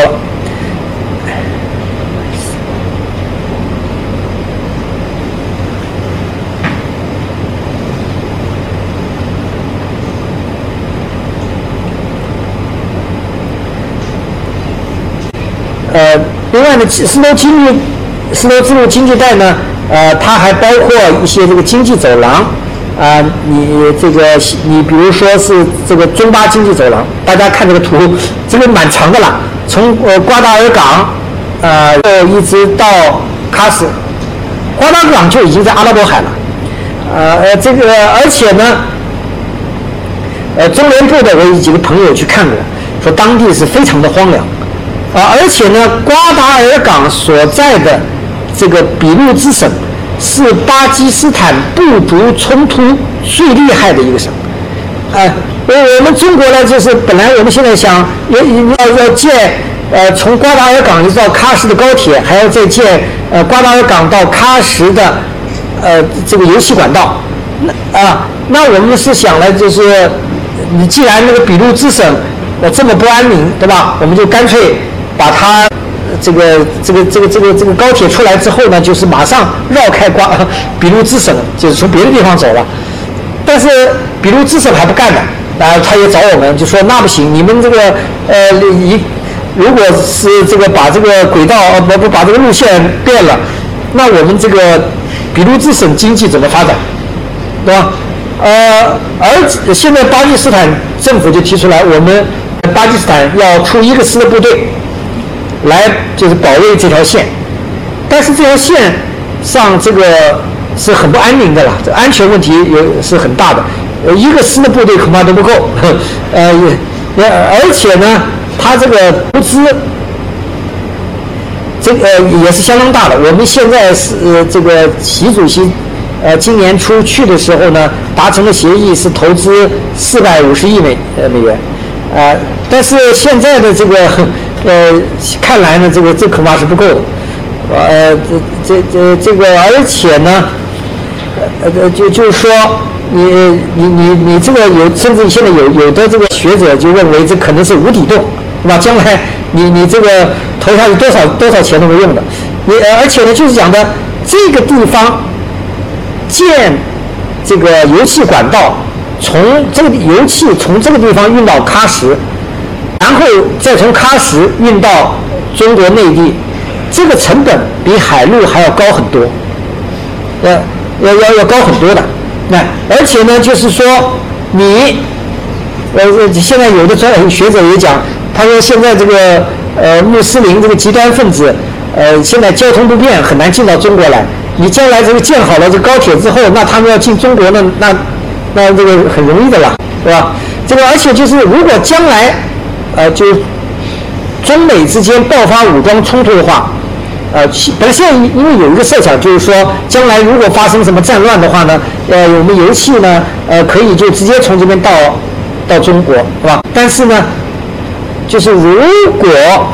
呃，另外呢，丝绸经济、丝绸之路经济带呢，呃，它还包括一些这个经济走廊，啊、呃，你这个你比如说是这个中巴经济走廊，大家看这个图，这个蛮长的了，从呃瓜达尔港，呃，一直到喀什，瓜达尔港就已经在阿拉伯海了，呃，这个而且呢，呃，中联部的我有几个朋友去看过，说当地是非常的荒凉。啊，而且呢，瓜达尔港所在的这个俾路支省是巴基斯坦部族冲突最厉害的一个省。呃，我们中国呢，就是本来我们现在想要要要建呃从瓜达尔港一直到喀什的高铁，还要再建呃瓜达尔港到喀什的呃这个油气管道。那啊，那我们是想呢，就是你既然那个俾路支省呃这么不安宁，对吧？我们就干脆把它这个这个这个这个这个高铁出来之后呢，就是马上绕开瓜俾路支省，就是从别的地方走了。但是俾路支省还不干呢，然后他也找我们，就说那不行，你们这个呃一如果是这个把这个轨道呃不不把这个路线变了，那我们这个俾路支省经济怎么发展，对吧？呃，而现在巴基斯坦政府就提出来，我们巴基斯坦要出一个师的部队。来就是保卫这条线，但是这条线上这个是很不安宁的了，这安全问题也是很大的，呃，一个师的部队恐怕都不够，呃，也而且呢，它这个投资，这个、呃、也是相当大的。我们现在是、呃、这个习主席，呃，今年初去的时候呢，达成了协议，是投资四百五十亿美呃美元，呃，但是现在的这个。呃，看来呢，这个这恐怕是不够的，呃，这这这这个，而且呢，呃呃，就就是说，你你你你这个有，甚至现在有有的这个学者就认为这可能是无底洞，对吧？将来你你这个投下去多少多少钱都没用的，你而且呢，就是讲的这个地方建这个油气管道，从这个油气从这个地方运到喀什。然后再从喀什运到中国内地，这个成本比海路还要高很多，呃，要要要高很多的。那而且呢，就是说你，呃，现在有的专学者也讲，他说现在这个呃穆斯林这个极端分子，呃，现在交通不便，很难进到中国来。你将来这个建好了这个高铁之后，那他们要进中国呢，那那这个很容易的了，对吧？这个而且就是如果将来。呃，就中美之间爆发武装冲突的话，呃，本来现在因为有一个设想，就是说将来如果发生什么战乱的话呢，呃，我们油气呢，呃，可以就直接从这边到到中国，是吧？但是呢，就是如果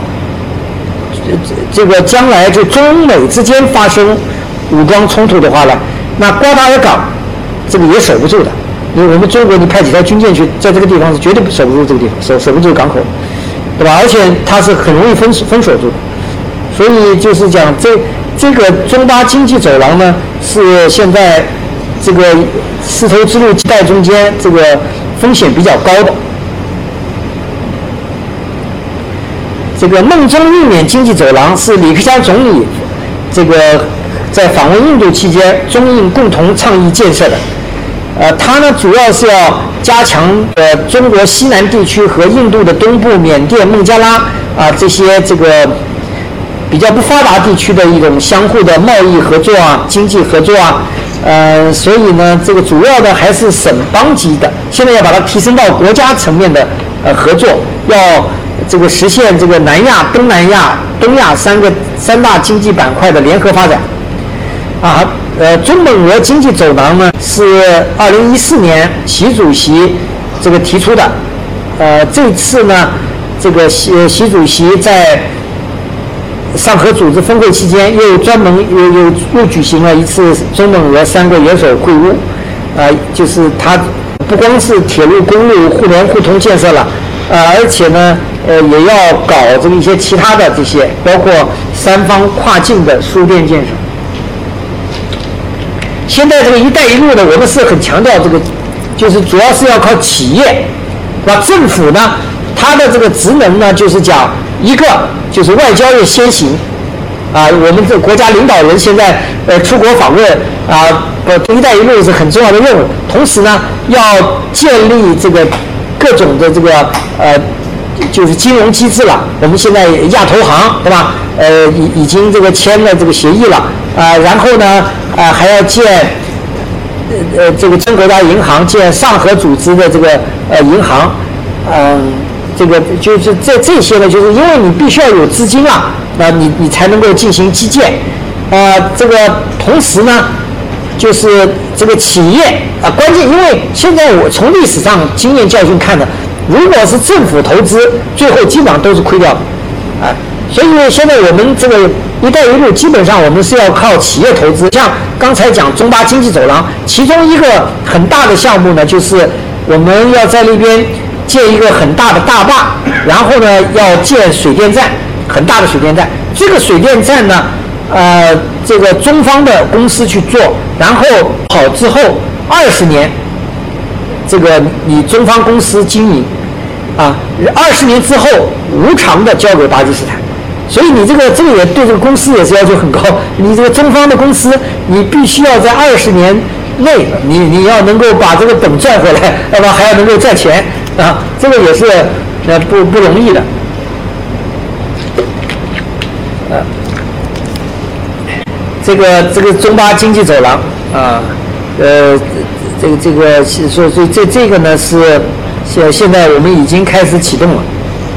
这个将来就中美之间发生武装冲突的话呢，那瓜达尔港这个也守不住的。因为我们中国，你派几条军舰去，在这个地方是绝对守不住这个地方，守守不住港口，对吧？而且它是很容易封封锁住的， 所以就是讲这这个中巴经济走廊呢，是现在这个丝绸之路带中间这个风险比较高的。这个孟中印缅经济走廊是李克强总理这个在访问印度期间，中印共同倡议建设的。呃，它呢主要是要加强呃中国西南地区和印度的东部、缅甸、孟加拉啊这些这个比较不发达地区的一种相互的贸易合作啊、经济合作啊。呃，所以呢，这个主要的还是省邦级的，现在要把它提升到国家层面的呃合作，要这个实现这个南亚、东南亚、东亚三个三大经济板块的联合发展。啊，呃，中蒙俄经济走廊呢是二零一四年习主席这个提出的，呃，这次呢，这个习习主席在上合组织峰会期间又专门又又又举行了一次中蒙俄三个元首会晤，啊、呃，就是他不光是铁路、公路互联互通建设了，呃，而且呢，呃，也要搞这个一些其他的这些，包括三方跨境的输电建设。现在这个“一带一路”呢，我们是很强调这个，就是主要是要靠企业，是吧？政府呢，它的这个职能呢，就是讲一个就是外交要先行，啊，我们这国家领导人现在呃出国访问啊，呃“一带一路”是很重要的任务。同时呢，要建立这个各种的这个呃，就是金融机制了。我们现在亚投行，对吧？呃，已已经这个签了这个协议了。啊、呃，然后呢，啊、呃，还要建，呃呃，这个中国国家银行，建上合组织的这个呃银行，嗯、呃，这个就是这这些呢，就是因为你必须要有资金啊，那你你才能够进行基建，呃，这个同时呢，就是这个企业啊、呃，关键因为现在我从历史上经验教训看的，如果是政府投资，最后基本上都是亏掉的，啊、呃，所以现在我们这个。一带一路基本上我们是要靠企业投资，像刚才讲中巴经济走廊，其中一个很大的项目呢，就是我们要在那边建一个很大的大坝，然后呢要建水电站，很大的水电站。这个水电站呢，呃，这个中方的公司去做，然后好之后二十年，这个你中方公司经营，啊，二十年之后无偿的交给巴基斯坦。所以你这个这个也对这个公司也是要求很高，你这个中方的公司，你必须要在二十年内，你你要能够把这个本赚回来，那么还要能够赚钱啊，这个也是呃不不容易的。呃，这个这个中巴经济走廊啊，呃，这个这个所所以这这个呢是现现在我们已经开始启动了。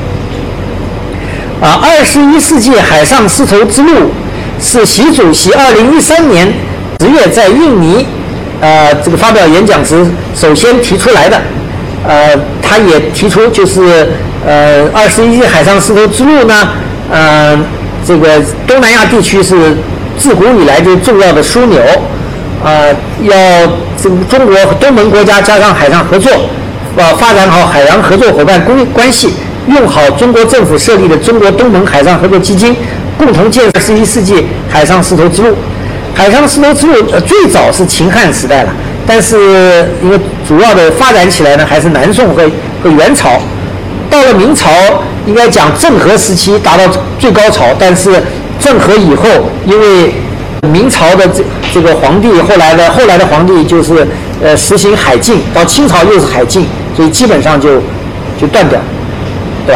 啊，二十一世纪海上丝绸之路是习主席二零一三年十月在印尼，呃，这个发表演讲时首先提出来的。呃，他也提出就是，呃，二十一世纪海上丝绸之路呢，呃，这个东南亚地区是自古以来就重要的枢纽，呃，要这个中国和东盟国家加上海上合作，呃，发展好海洋合作伙伴关关系。用好中国政府设立的中国东盟海上合作基金，共同建设二十一世纪海上丝绸之路。海上丝绸之路呃最早是秦汉时代了，但是因为主要的发展起来呢，还是南宋和和元朝。到了明朝，应该讲郑和时期达到最高潮，但是郑和以后，因为明朝的这这个皇帝后来的后来的皇帝就是呃实行海禁，到清朝又是海禁，所以基本上就就断掉。对吧？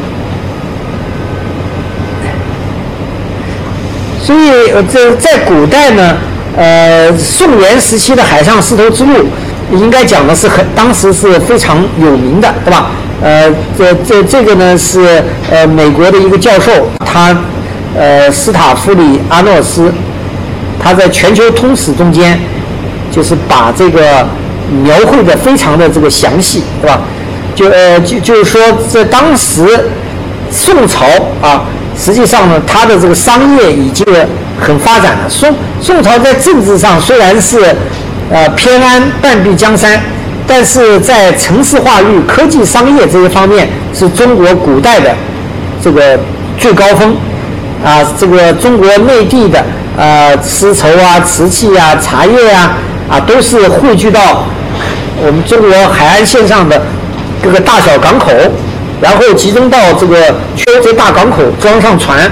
所以呃，这在古代呢，呃，宋元时期的海上丝绸之路，应该讲的是很当时是非常有名的，对吧？呃，这这这个呢是呃美国的一个教授，他呃斯塔夫里阿诺斯，他在全球通史中间，就是把这个描绘的非常的这个详细，对吧？就呃就就是说，在当时宋朝啊，实际上呢，它的这个商业已经很发展了。宋宋朝在政治上虽然是呃偏安半壁江山，但是在城市化率、科技、商业这些方面，是中国古代的这个最高峰。 啊，这个中国内地的呃丝绸啊、瓷器啊、茶叶啊啊，都是汇聚到我们中国海岸线上的各个大小港口，然后集中到这个欧洲大港口装上船。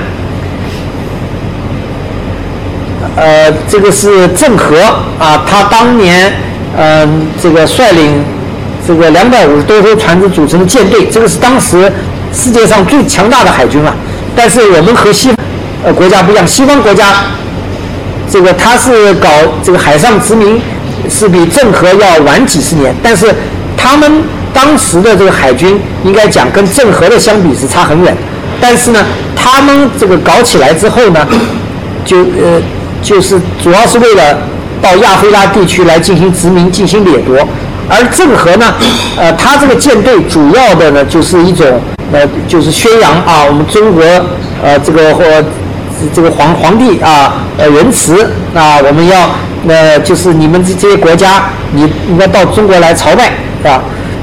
呃，这个是郑和啊，他当年嗯、呃、这个率领这个两百五十多艘船只组成的舰队，这个是当时世界上最强大的海军了。但是我们和西方呃国家不一样，西方国家这个他是搞这个海上殖民是比郑和要晚几十年，但是他们当时的这个海军应该讲跟郑和的相比是差很远。但是呢，他们这个搞起来之后呢，就呃就是主要是为了到亚非拉地区来进行殖民、进行掠夺。而郑和呢，呃，他这个舰队主要的呢就是一种呃，就是宣扬啊，我们中国呃这个或这个皇皇帝啊呃仁慈啊，我们要呃就是你们这这些国家，你应该到中国来朝拜啊。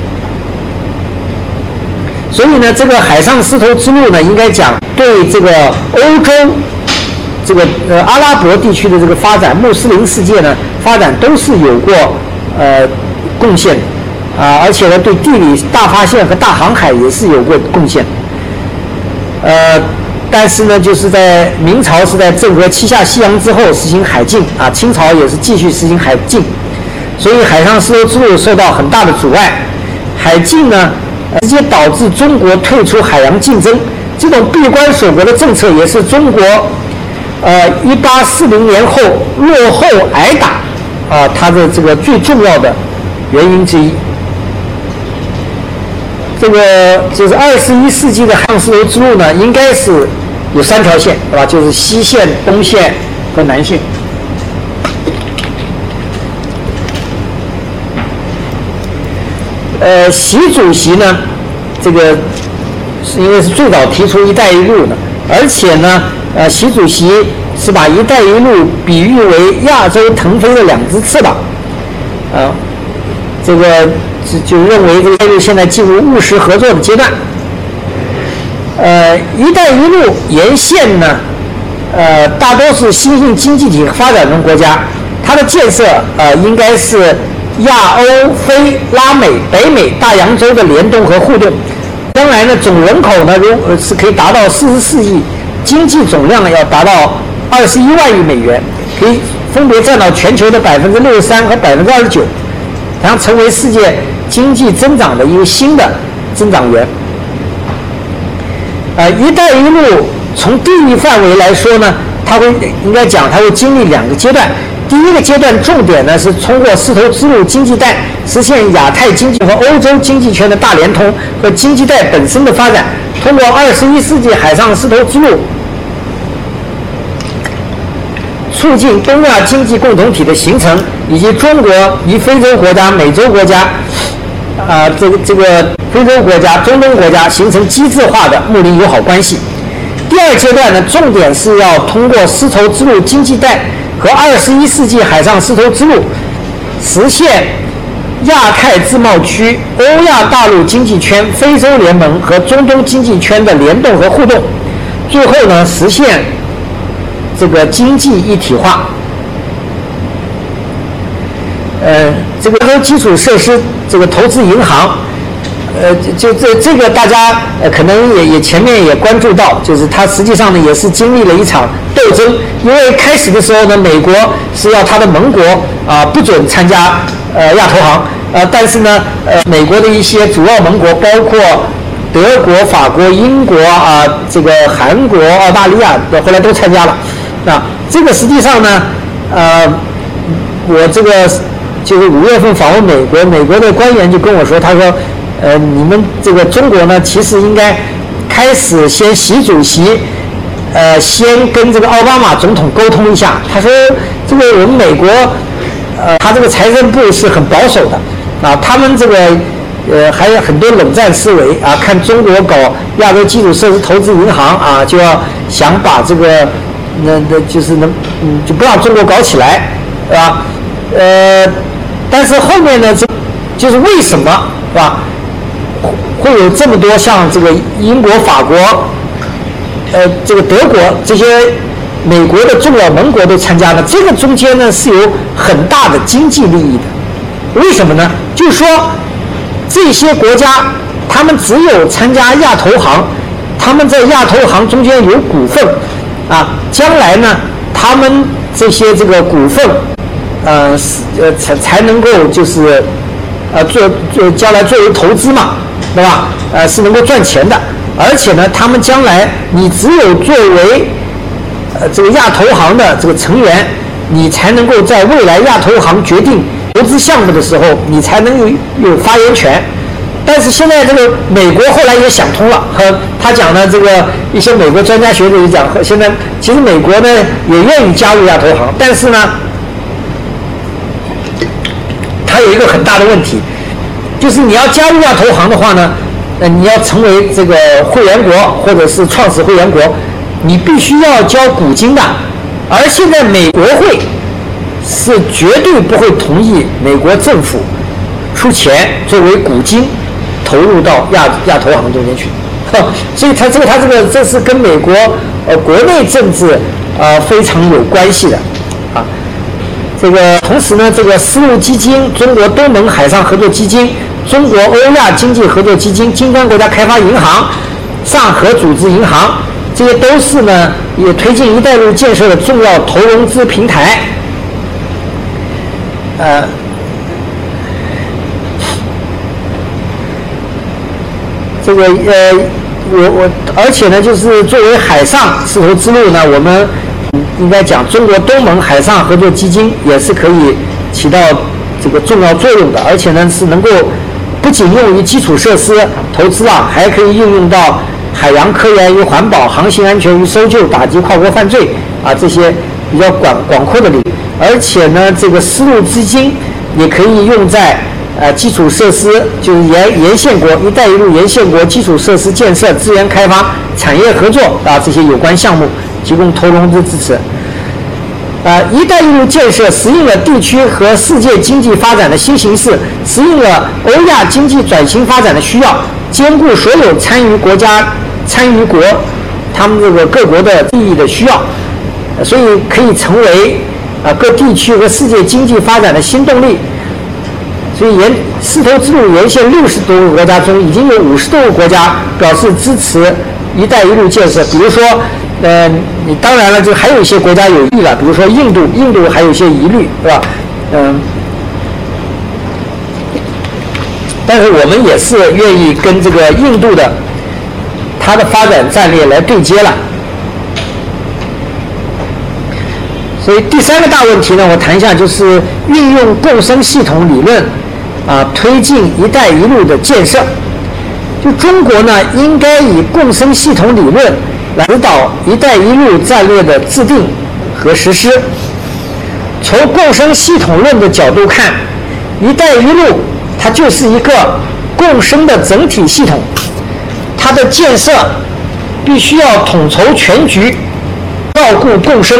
所以呢，这个海上丝绸之路呢，应该讲对这个欧洲这个呃阿拉伯地区的这个发展，穆斯林世界呢发展都是有过呃。贡献啊，而且呢，对地理大发现和大航海也是有过贡献。呃，但是呢，就是在明朝是在郑和七下西洋之后实行海禁啊，清朝也是继续实行海禁，所以海上丝绸之路受到很大的阻碍。海禁呢，直接导致中国退出海洋竞争。这种闭关锁国的政策也是中国呃一八四零年后落后挨打啊，它的这个最重要的原因之一。这个就是二十一世纪的海上丝绸之路呢，应该是有三条线，对吧？就是西线、东线和南线。呃，习主席呢，这个是因为是最早提出“一带一路”的，而且呢，呃，习主席是把“一带一路”比喻为亚洲腾飞的两只翅膀，啊、呃。这个就认为这个“一带一路”现在进入务实合作的阶段。呃，“一带一路”沿线呢，呃，大多是新兴经济体发展中国家，它的建设呃应该是亚欧非拉美北美大洋洲的联动和互动。将来呢，总人口呢如是可以达到四十四亿，经济总量要达到二十一万亿美元，可以分别占到全球的百分之六十三和百分之二十九。将成为世界经济增长的一个新的增长源。呃，“一带一路”从地域范围来说呢，它会应该讲它会经历两个阶段。第一个阶段重点呢是通过丝绸之路经济带实现亚太经济和欧洲经济圈的大连通和经济带本身的发展，通过二十一世纪海上丝绸之路促进东亚经济共同体的形成，以及中国与非洲国家、美洲国家，啊、呃，这个这个非洲国家、中东国家形成机制化的睦邻友好关系。第二阶段呢，重点是要通过丝绸之路经济带和二十一世纪海上丝绸之路，实现亚太自贸区、欧亚大陆经济圈、非洲联盟和中东经济圈的联动和互动，最后呢，实现这个经济一体化。呃，这个欧洲基础设施这个投资银行，呃，就这这个大家呃可能也也前面也关注到，就是它实际上呢也是经历了一场斗争，因为开始的时候呢，美国是要它的盟国啊、呃、不准参加呃亚投行，呃，但是呢，呃，美国的一些主要盟国包括德国、法国、英国啊、呃，这个韩国、澳大利亚，后来都参加了。那这个实际上呢，呃，我这个就是五月份访问美国，美国的官员就跟我说，他说，呃，你们这个中国呢，其实应该开始先习主席，呃，先跟这个奥巴马总统沟通一下。他说，这个我们美国，呃，他这个财政部是很保守的，啊，他们这个呃还有很多冷战思维啊，看中国搞亚洲基础设施投资银行啊，就要想把这个。那那就是能，嗯，就不让中国搞起来，是吧？呃，但是后面呢，这就是为什么，是吧？会有这么多像这个英国、法国， 呃这个德国这些美国的重要盟国都参加了，这个中间呢是有很大的经济利益的。为什么呢？就是说这些国家他们只有参加亚投行，他们在亚投行中间有股份啊，将来呢他们这些这个股份呃呃才才能够就是呃做做将来作为投资嘛，对吧？呃是能够赚钱的。而且呢他们将来你只有作为呃这个亚投行的这个成员，你才能够在未来亚投行决定投资项目的时候，你才能有有发言权。但是现在这个美国后来也想通了，和他讲呢，这个一些美国专家学者也讲，现在其实美国呢也愿意加入亚投行，但是呢，它有一个很大的问题，就是你要加入亚投行的话呢，呃，你要成为这个会员国或者是创始会员国，你必须要交股金的，而现在美国会是绝对不会同意美国政府出钱作为股金投入到亚亚投行中间去，所以它这个它这个这是跟美国呃国内政治呃非常有关系的啊。这个同时呢，这个丝路基金、中国东盟海上合作基金、中国欧亚经济合作基金、金砖国家开发银行、上合组织银行，这些都是呢也推进“一带一路”建设的重要投融资平台。呃。这个呃，我我，而且呢，就是作为海上丝绸之路呢，我们应该讲中国东盟海上合作基金也是可以起到这个重要作用的，而且呢是能够不仅用于基础设施投资啊，还可以应用到海洋科研与环保、航行安全与搜救、打击跨国犯罪啊这些比较广广阔的领域，而且呢，这个丝路基金也可以用在。呃，基础设施就是沿沿线国、一带一路沿线国基础设施建设、资源开发、产业合作啊这些有关项目提供投融资支持。呃，一带一路建设适应了地区和世界经济发展的新形势，适应了欧亚经济转型发展的需要，兼顾所有参与国家、参与国他们这个各国的利益的需要，所以可以成为啊、呃、各地区和世界经济发展的新动力。所以沿丝绸之路沿线六十多个国家中，已经有五十多个国家表示支持“一带一路”建设。比如说，呃，你当然了，就还有一些国家有意了，比如说印度，印度还有一些疑虑，对吧？嗯，但是我们也是愿意跟这个印度的它的发展战略来对接了。所以第三个大问题呢，我谈一下，就是运用共生系统理论。啊，推进“一带一路”的建设，就中国呢，应该以共生系统理论来指导“一带一路”战略的制定和实施。从共生系统论的角度看，“一带一路”它就是一个共生的整体系统，它的建设必须要统筹全局，照顾共生。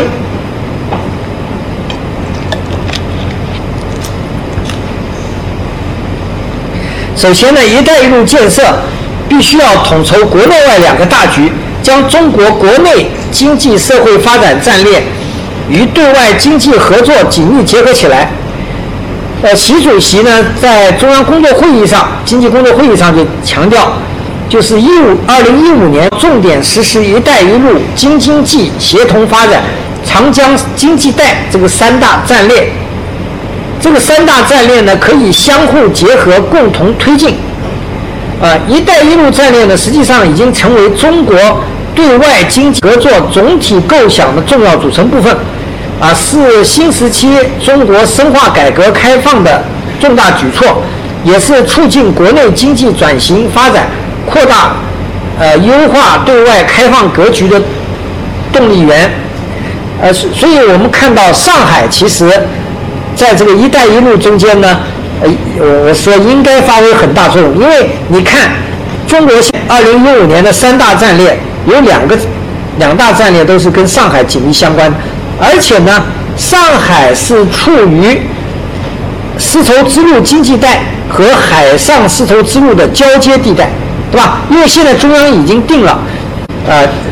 首先呢，“一带一路”建设必须要统筹国内外两个大局，将中国国内经济社会发展战略与对外经济合作紧密结合起来。呃，习主席呢在中央工作会议上、经济工作会议上就强调，就是一五二零一五年重点实施“一带一路”京津冀协同发展、长江经济带这个三大战略。这个三大战略呢，可以相互结合，共同推进。啊，“一带一路”战略呢，实际上已经成为中国对外经济合作总体构想的重要组成部分，啊，是新时期中国深化改革开放的重大举措，也是促进国内经济转型发展、扩大呃优化对外开放格局的动力源。呃，所以我们看到上海其实。在这个“一带一路”中间呢，呃，我说应该发挥很大作用，因为你看，中国二零一五年的三大战略有两个，两大战略都是跟上海紧密相关的，而且呢，上海是处于丝绸之路经济带和海上丝绸之路的交接地带，对吧？因为现在中央已经定了，呃，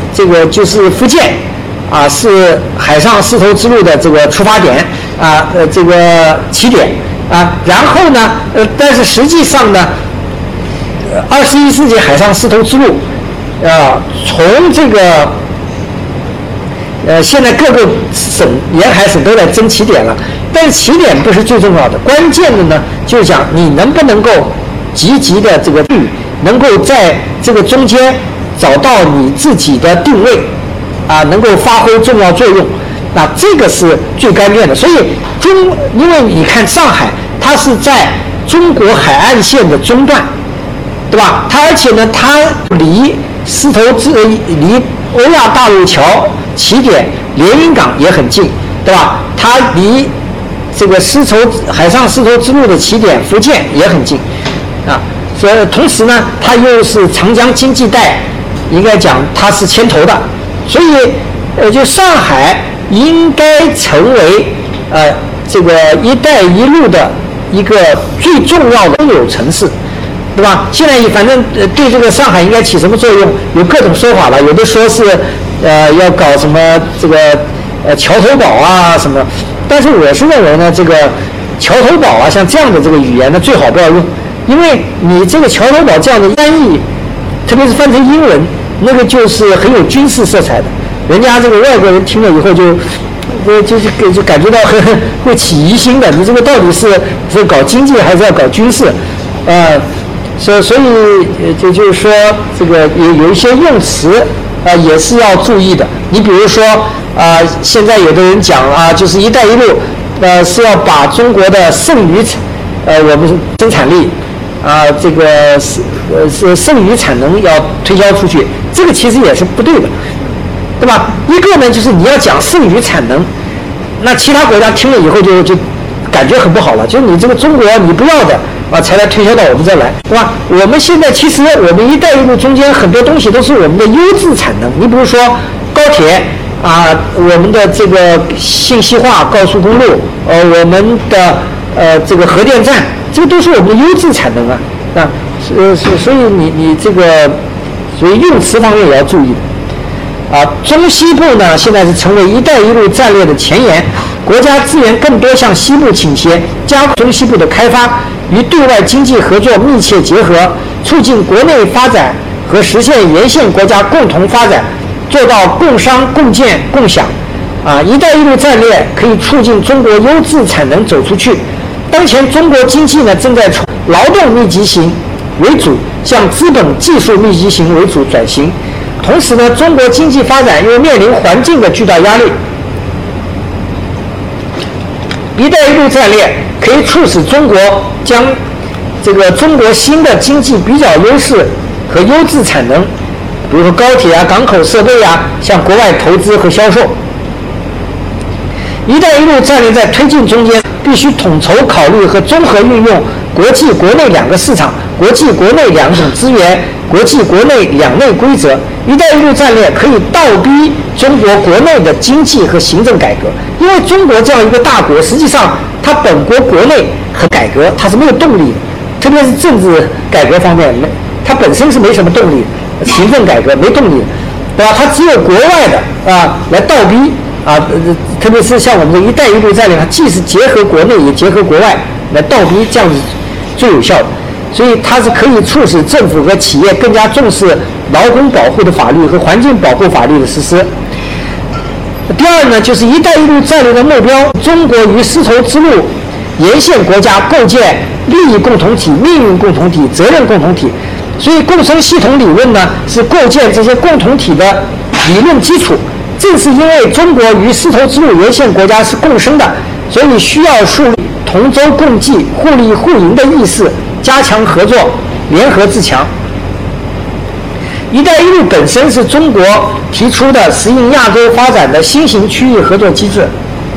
这个就是福建啊，是海上丝绸之路的这个出发点啊，呃，这个起点啊。然后呢，呃，但是实际上呢，二十一世纪海上丝绸之路啊，从这个呃，现在各个省沿海省都在争起点了，但是起点不是最重要的，关键的呢，就是讲你能不能够积极的这个能够在这个中间找到你自己的定位，啊，能够发挥重要作用，那这个是最关键的。所以中，因为你看上海，它是在中国海岸线的中段，对吧？它而且呢，它离丝绸之离欧亚大陆桥起点连云港也很近，对吧？它离这个丝绸海上丝绸之路的起点福建也很近，啊。所以同时呢，它又是长江经济带，应该讲它是牵头的，所以呃，就上海应该成为呃这个“一带一路”的一个最重要的中游城市，对吧？现在反正呃对这个上海应该起什么作用，有各种说法了，有的说是呃要搞什么这个呃桥头堡啊什么，但是我是认为呢，这个桥头堡啊像这样的这个语言呢最好不要用。因为你这个桥头堡这样的翻译，特别是翻成英文，那个就是很有军事色彩的，人家这个外国人听了以后就，就就就就感觉到很会起疑心的。你这个到底是是搞经济还是要搞军事？呃，所以所以就就是说这个有有一些用词啊、呃、也是要注意的。你比如说啊、呃，现在有的人讲啊，就是“一带一路”呃是要把中国的剩余呃我们生产力。啊，这个是呃是剩余产能要推销出去，这个其实也是不对的，对吧？一个呢就是你要讲剩余产能，那其他国家听了以后就就感觉很不好了，就是你这个中国你不要的啊，才来推销到我们这来，对吧？我们现在其实我们“一带一路”中间很多东西都是我们的优质产能，你比如说高铁啊，我们的这个信息化高速公路，呃，我们的呃这个核电站。这个都是我们的优质产能啊，啊，是是，所以你你这个，所以用词方面也要注意的，啊，中西部呢现在是成为“一带一路”战略的前沿，国家资源更多向西部倾斜，加快中西部的开发，与对外经济合作密切结合，促进国内发展和实现沿线国家共同发展，做到共商共建共享，啊，“一带一路”战略可以促进中国优质产能走出去。当前中国经济呢正在从劳动密集型为主向资本技术密集型为主转型，同时呢，中国经济发展又面临环境的巨大压力。“一带一路”战略可以促使中国将这个中国新的经济比较优势和优质产能，比如说高铁啊、港口设备啊，向国外投资和销售。“一带一路”战略在推进中间，必须统筹考虑和综合运用国际国内两个市场、国际国内两种资源、国际国内两内规则。“一带一路”战略可以倒逼中国国内的经济和行政改革，因为中国这样一个大国，实际上它本国国内和改革它是没有动力的，特别是政治改革方面，它本身是没什么动力的，行政改革没动力的，对吧？它只有国外的啊来倒逼。啊，特别是像我们的“一带一路”战略，它既是结合国内也结合国外来倒逼，这样子最有效的。所以它是可以促使政府和企业更加重视劳工保护的法律和环境保护法律的实施。第二呢，就是“一带一路”战略的目标，中国与丝绸之路沿线国家构建利益共同体、命运共同体、责任共同体。所以共生系统理论呢，是构建这些共同体的理论基础。正是因为中国与丝绸之路沿线国家是共生的，所以需要树立同舟共济、互利互赢的意识，加强合作，联合自强。“一带一路”本身是中国提出的适应亚洲发展的新型区域合作机制。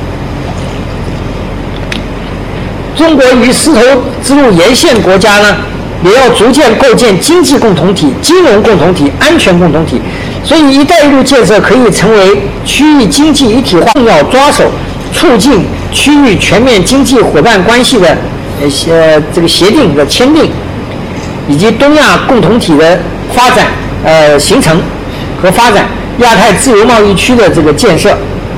中国与丝绸之路沿线国家呢，也要逐渐构建经济共同体、金融共同体、安全共同体。所以“一带一路”建设可以成为区域经济一体化重要抓手，促进区域全面经济伙伴关系的呃这个协定的签订，以及东亚共同体的发展呃形成和发展。 亚太自由贸易区的这个建设。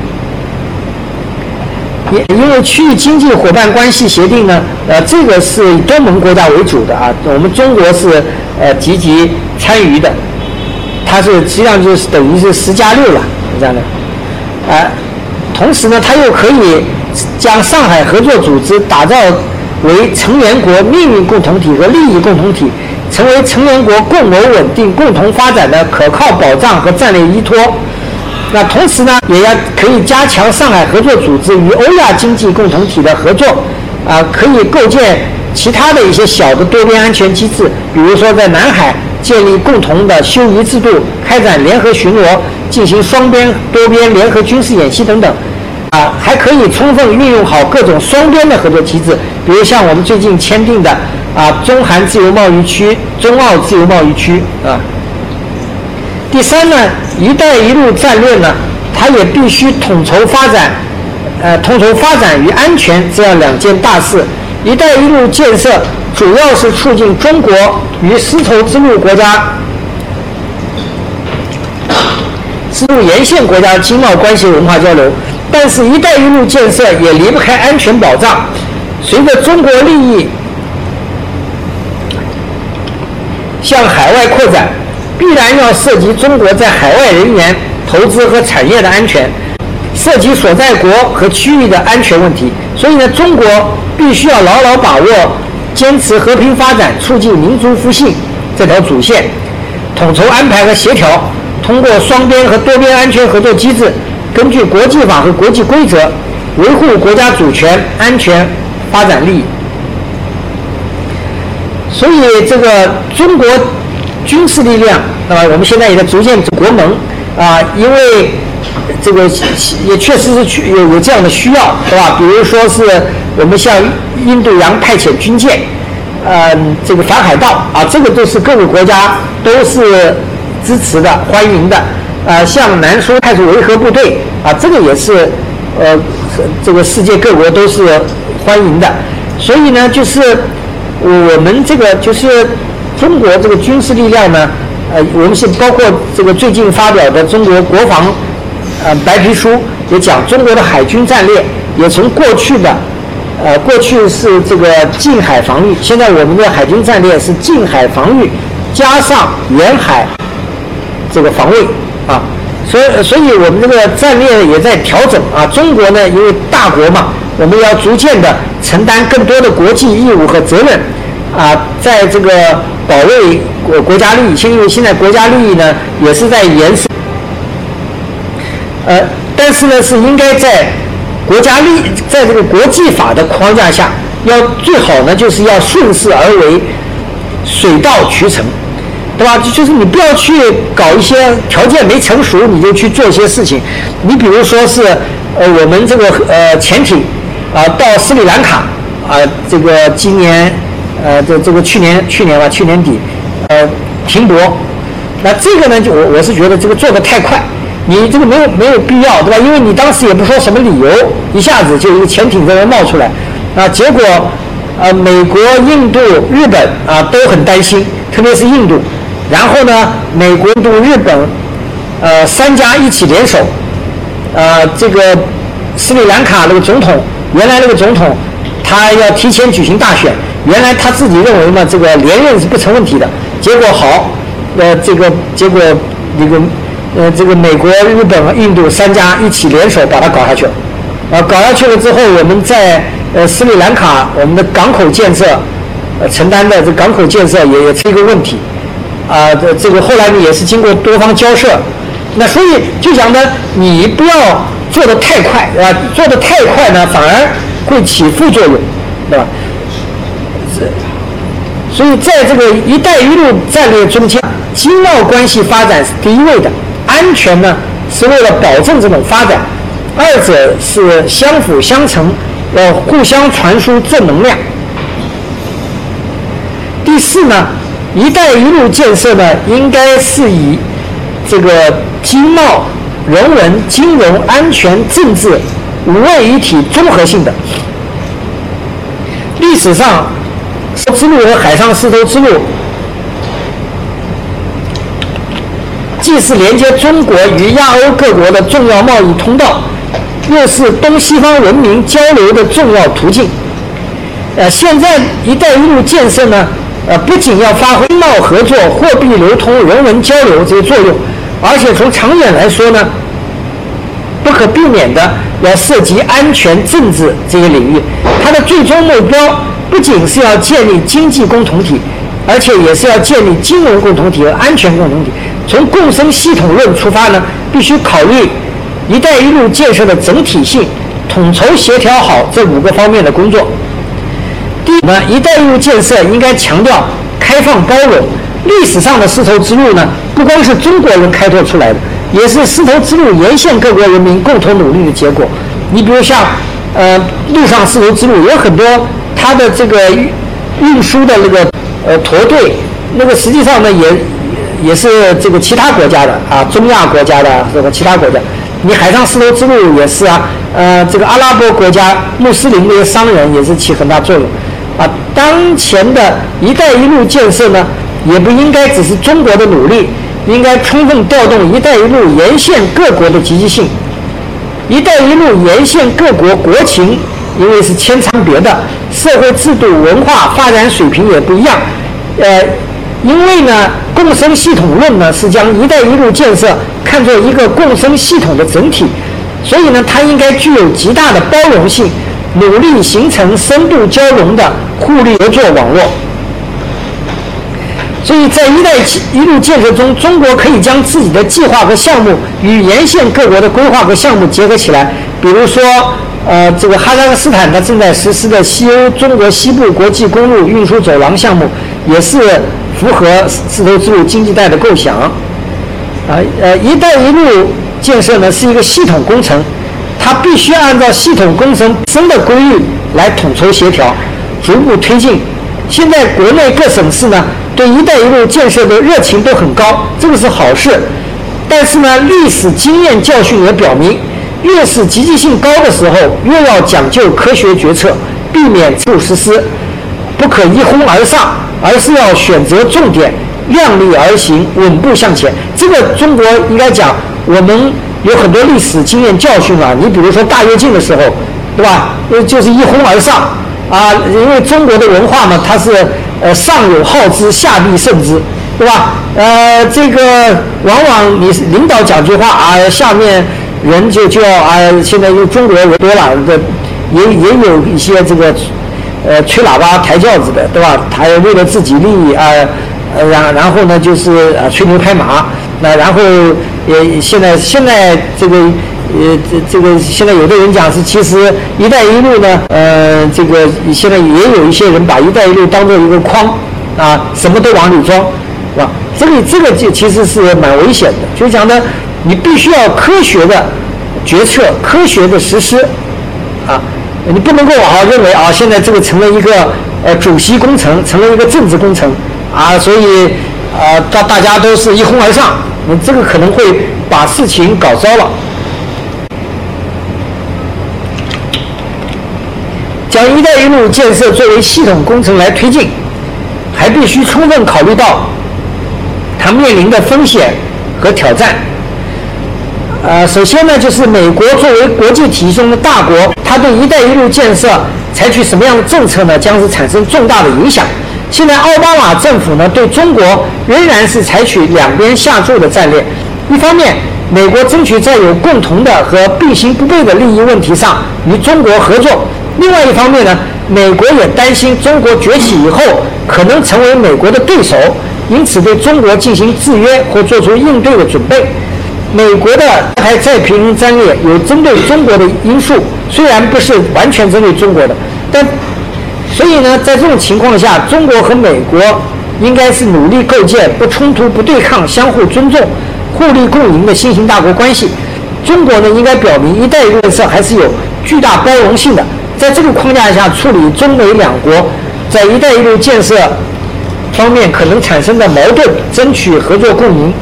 也因为区域经济伙伴关系协定呢，呃，这个是以东盟国家为主的啊，我们中国是呃积极参与的，它是实际上就是等于是十加六了这样的，啊、呃，同时呢，它又可以将上海合作组织打造为成员国命运共同体和利益共同体，成为成员国共谋稳定、共同发展的可靠保障和战略依托。那同时呢，也要可以加强上海合作组织与欧亚经济共同体的合作，啊、呃，可以构建其他的一些小的多边安全机制，比如说在南海建立共同的休渔制度，开展联合巡逻，进行双边、多边联合军事演习等等，啊、呃，还可以充分运用好各种双边的合作机制，比如像我们最近签订的啊、呃、中韩自由贸易区、中澳自由贸易区啊。第三呢，一带一路战略呢，它也必须统筹发展，呃，统筹发展与安全这样两件大事。一带一路建设主要是促进中国与丝绸之路国家、丝路沿线国家经贸关系、文化交流，但是，一带一路建设也离不开安全保障。随着中国利益向海外扩展，必然要涉及中国在海外人员、投资和产业的安全，涉及所在国和区域的安全问题。所以呢，中国必须要牢牢把握坚持和平发展、促进民族复兴这条主线，统筹安排和协调，通过双边和多边安全合作机制，根据国际法和国际规则，维护国家主权、安全、发展利益。所以，这个中国军事力量，那么我们现在也在逐渐走国盟啊，因为这个也确实是有有这样的需要，对吧？比如说是我们向印度洋派遣军舰，呃，这个反海盗啊，这个都是各个国家都是支持的、欢迎的。呃，向南苏派出维和部队啊，这个也是呃，这个世界各国都是欢迎的。所以呢，就是我们这个就是中国这个军事力量呢，呃，我们是包括这个最近发表的中国国防呃白皮书也讲中国的海军战略，也从过去的呃过去是这个近海防御，现在我们的海军战略是近海防御加上沿海这个防卫啊，所以所以我们这个战略也在调整啊。中国呢，因为大国嘛，我们要逐渐的承担更多的国际义务和责任啊，在这个保卫国国家利益，因为现在国家利益呢也是在延伸，呃，但是呢是应该在国家利在这个国际法的框架下，要最好呢就是要顺势而为，水到渠成，对吧？就是你不要去搞一些条件没成熟你就去做一些事情。你比如说是呃我们这个呃潜艇啊、呃、到斯里兰卡啊、呃、这个今年呃这这个去年去年吧去年底呃停泊，那这个呢就我我是觉得这个做得太快。你这个没有没有必要，对吧？因为你当时也不说什么理由，一下子就一个潜艇在那冒出来，啊，结果，呃，美国、印度、日本啊都很担心，特别是印度。然后呢，美国、印度、日本，呃，三家一起联手，呃，这个斯里兰卡那个总统，原来那个总统，他要提前举行大选，原来他自己认为嘛，这个连任是不成问题的，结果好，呃，这个结果这个。呃，这个美国、日本和印度三家一起联手把它搞下去了，啊，搞下去了之后，我们在呃斯里兰卡我们的港口建设，呃承担的这港口建设也也是一个问题，啊，这这个后来呢也是经过多方交涉，那所以就讲呢，你不要做得太快，啊，做得太快呢反而会起副作用，对吧？所以在这个“一带一路”战略中间，经贸关系发展是第一位的。安全呢，是为了保证这种发展，二者是相辅相成，要互相传输正能量。第四呢，一带一路建设呢，应该是以这个经贸、人文、金融、安全、政治五位一体综合性的。历史上，丝绸之路和海上丝绸之路既是连接中国与亚欧各国的重要贸易通道，又是东西方文明交流的重要途径。呃，现在“一带一路”建设呢，呃，不仅要发挥经贸合作、货币流通、人文交流这些作用，而且从长远来说呢，不可避免的要涉及安全、政治这些领域。它的最终目标不仅是要建立经济共同体，而且也是要建立金融共同体和安全共同体。从共生系统论出发呢，必须考虑“一带一路”建设的整体性，统筹协调好这五个方面的工作。第一呢，“一带一路”建设应该强调开放包容。历史上的丝绸之路呢，不光是中国人开拓出来的，也是丝绸之路沿线各国人民共同努力的结果。你比如像呃陆上丝绸之路有很多它的这个运输的那个呃驼队，那个实际上呢也也是这个其他国家的啊，中亚国家的这个其他国家。你海上丝绸之路也是啊，呃这个阿拉伯国家穆斯林的商人也是起很大作用啊。当前的一带一路建设呢，也不应该只是中国的努力，应该充分调动一带一路沿线各国的积极性。一带一路沿线各国国情因为是千差别的，社会制度、文化发展水平也不一样，呃因为呢共生系统论呢是将一带一路建设看作一个共生系统的整体，所以呢它应该具有极大的包容性，努力形成深度交融的互利合作网络。所以在一带一路建设中，中国可以将自己的计划和项目与沿线各国的规划和项目结合起来。比如说，呃，这个哈萨克斯坦它正在实施的西欧中国西部国际公路运输走廊项目，也是符合丝绸之路经济带的构想。啊，呃，一带一路建设呢是一个系统工程，它必须按照系统工程本身的规律来统筹协调，逐步推进。现在国内各省市呢对一带一路建设的热情都很高，这个是好事。但是呢，历史经验教训也表明，越是积极性高的时候，越要讲究科学决策，避免错误实施，不可一哄而上，而是要选择重点，量力而行，稳步向前。这个中国应该讲，我们有很多历史经验教训啊。你比如说大跃进的时候，对吧？呃，就是一哄而上啊，因为中国的文化嘛，它是呃上有好之，下必胜之，对吧？呃，这个往往你领导讲句话啊，下面人就就要啊，现在又中国人多了，这也也有一些这个呃吹喇叭抬轿子的，对吧？他为了自己利益啊，呃然然后呢就是啊吹牛拍马，那然后也现在现在这个。呃，这这个现在有的人讲是，其实“一带一路”呢，呃，这个现在也有一些人把“一带一路”当做一个框，啊，什么都往里装，是吧？这个这个就其实是蛮危险的，就是讲呢，你必须要科学的决策，科学的实施，啊，你不能够啊认为啊，现在这个成了一个呃主席工程，成了一个政治工程，啊，所以啊，大大家都是一哄而上，你这个可能会把事情搞糟了。将“一带一路”建设作为系统工程来推进，还必须充分考虑到它面临的风险和挑战。呃，首先呢，就是美国作为国际体系中的大国，它对“一带一路”建设采取什么样的政策呢，将是产生重大的影响。现在奥巴马政府呢，对中国仍然是采取两边下注的战略。一方面，美国争取在有共同的和并行不悖的利益问题上与中国合作。另外一方面呢，美国也担心中国崛起以后可能成为美国的对手，因此对中国进行制约或做出应对的准备。美国的台太平洋战略有针对中国的因素，虽然不是完全针对中国的，但所以呢，在这种情况下，中国和美国应该是努力构建不冲突、不对抗、相互尊重、互利共赢的新型大国关系。中国呢，应该表明“一带一路”建设还是有巨大包容性的。在这个框架下处理中美两国在“一带一路”建设方面可能产生的矛盾，争取合作共赢。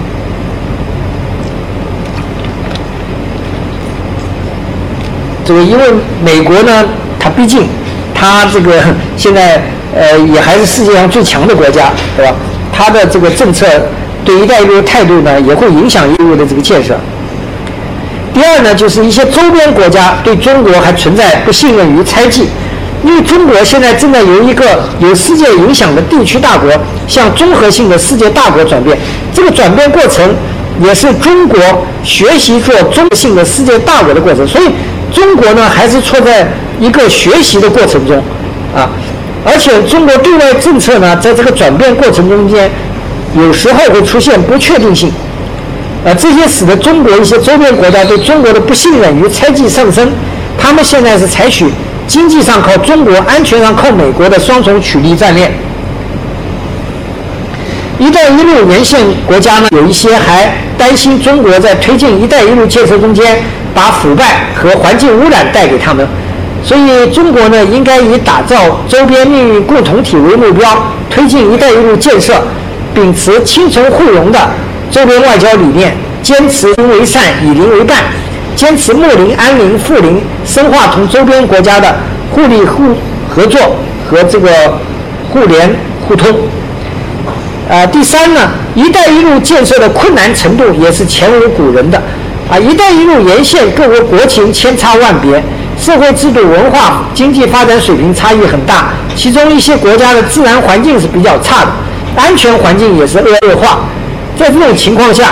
这个因为美国呢，它毕竟它这个现在呃也还是世界上最强的国家，对吧？它的这个政策对“一带一路”的态度呢，也会影响“一带一路”的这个建设。第二呢，就是一些周边国家对中国还存在不信任与猜忌，因为中国现在正在由一个有世界影响的地区大国向综合性的世界大国转变，这个转变过程也是中国学习做综合性的世界大国的过程，所以中国呢还是处在一个学习的过程中啊，而且中国对外政策呢，在这个转变过程中间，有时候会出现不确定性。呃，这些使得中国一些周边国家对中国的不信任与猜忌上升，他们现在是采取经济上靠中国、安全上靠美国的双重取利战略。“一带一路”沿线国家呢，有一些还担心中国在推进“一带一路”建设中间把腐败和环境污染带给他们，所以中国呢应该以打造周边命运共同体为目标，推进“一带一路”建设，秉持亲从互融的周边外交理念，坚持邻为善，以邻为伴，坚持睦邻、安邻、富邻，深化同周边国家的互利互合作和这个互联互通。呃，第三呢，“一带一路”建设的困难程度也是前无古人的啊！“一带一路”沿线各国国情千差万别，社会制度、文化、经济发展水平差异很大，其中一些国家的自然环境是比较差的，安全环境也是恶恶化。在这种情况下，“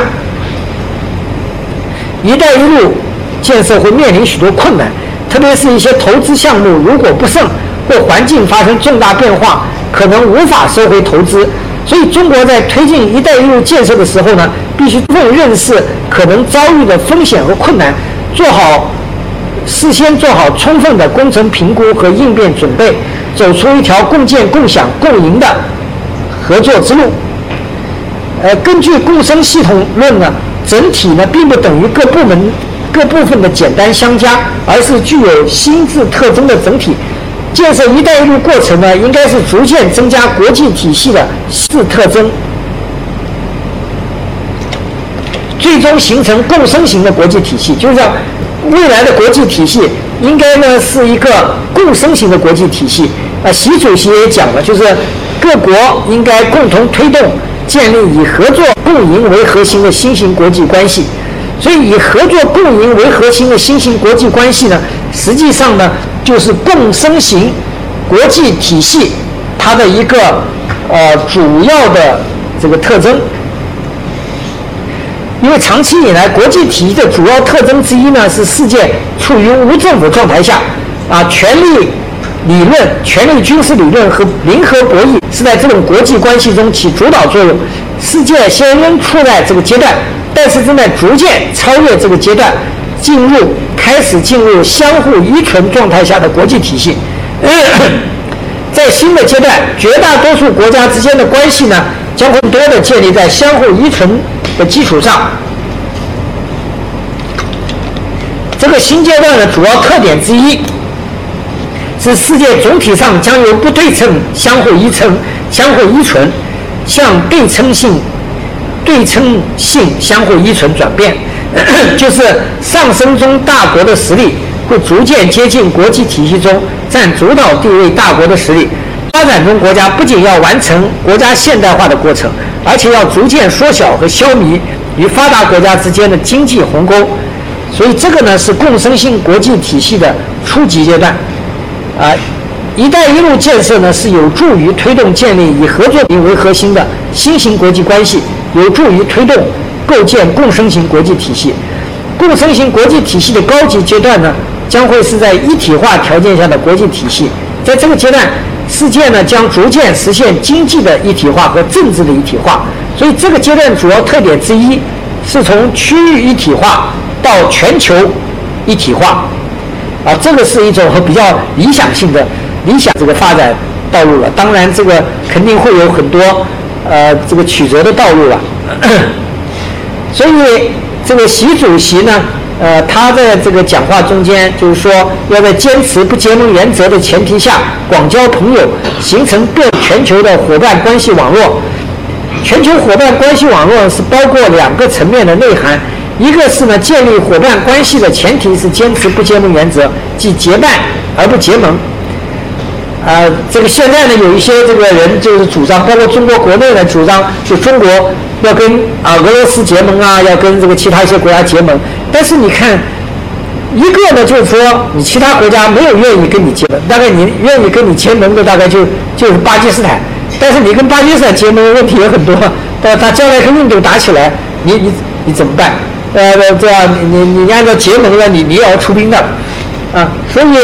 一带一路”建设会面临许多困难，特别是一些投资项目如果不慎或环境发生重大变化，可能无法收回投资。所以中国在推进“一带一路”建设的时候呢，必须充分认识可能遭遇的风险和困难，做好事先做好充分的工程评估和应变准备，走出一条共建、共享、共赢的合作之路。呃，根据共生系统论呢，整体呢并不等于各部门各部分的简单相加，而是具有心智特征的整体。建设“一带一路”过程呢，应该是逐渐增加国际体系的心智特征，最终形成共生型的国际体系。就是未来的国际体系应该呢是一个共生型的国际体系。啊，习主席也讲了，就是各国应该共同推动建立以合作共赢为核心的新型国际关系。所以，以合作共赢为核心的新型国际关系呢，实际上呢就是共生型国际体系它的一个呃主要的这个特征。因为长期以来，国际体系的主要特征之一呢是世界处于无政府状态下，啊，权力理论、权力军事理论和零和博弈是在这种国际关系中起主导作用。世界现仍处在这个阶段，但是正在逐渐超越这个阶段，进入开始进入相互依存状态下的国际体系。呃、在新的阶段，绝大多数国家之间的关系呢，将更多的建立在相互依存的基础上。这个新阶段的主要特点之一是世界总体上将由不对称相互依存、相互依存向对称性、对称性相互依存转变，就是上升中大国的实力会逐渐接近国际体系中占主导地位大国的实力。发展中国家不仅要完成国家现代化的过程，而且要逐渐缩小和消弭与发达国家之间的经济鸿沟。所以这个呢是共生性国际体系的初级阶段。啊、呃，一带一路建设呢是有助于推动建立以合作为核心的新型国际关系，有助于推动构建共生型国际体系。共生型国际体系的高级阶段呢，将会是在一体化条件下的国际体系。在这个阶段，世界呢将逐渐实现经济的一体化和政治的一体化。所以这个阶段主要特点之一是从区域一体化到全球一体化。啊，这个是一种比较理想性的理想这个发展道路了。当然，这个肯定会有很多呃这个曲折的道路了。所以，这个习主席呢，呃，他在这个讲话中间就是说，要在坚持不结盟原则的前提下，广交朋友，形成各全球的伙伴关系网络。全球伙伴关系网络是包括两个层面的内涵。一个是呢，建立伙伴关系的前提是坚持不结盟原则，即结伴而不结盟。 啊、呃，这个现在呢，有一些这个人就是主张，包括中国国内呢主张，就中国要跟啊俄罗斯结盟啊，要跟这个其他一些国家结盟。但是你看，一个呢就是说，你其他国家没有愿意跟你结盟，大概你愿意跟你结盟的大概就就是巴基斯坦。但是你跟巴基斯坦结盟的问题有很多，但他将来跟印度打起来，你你你怎么办？呃，这样你你你按照结盟了，你你也要出兵的，啊，所以。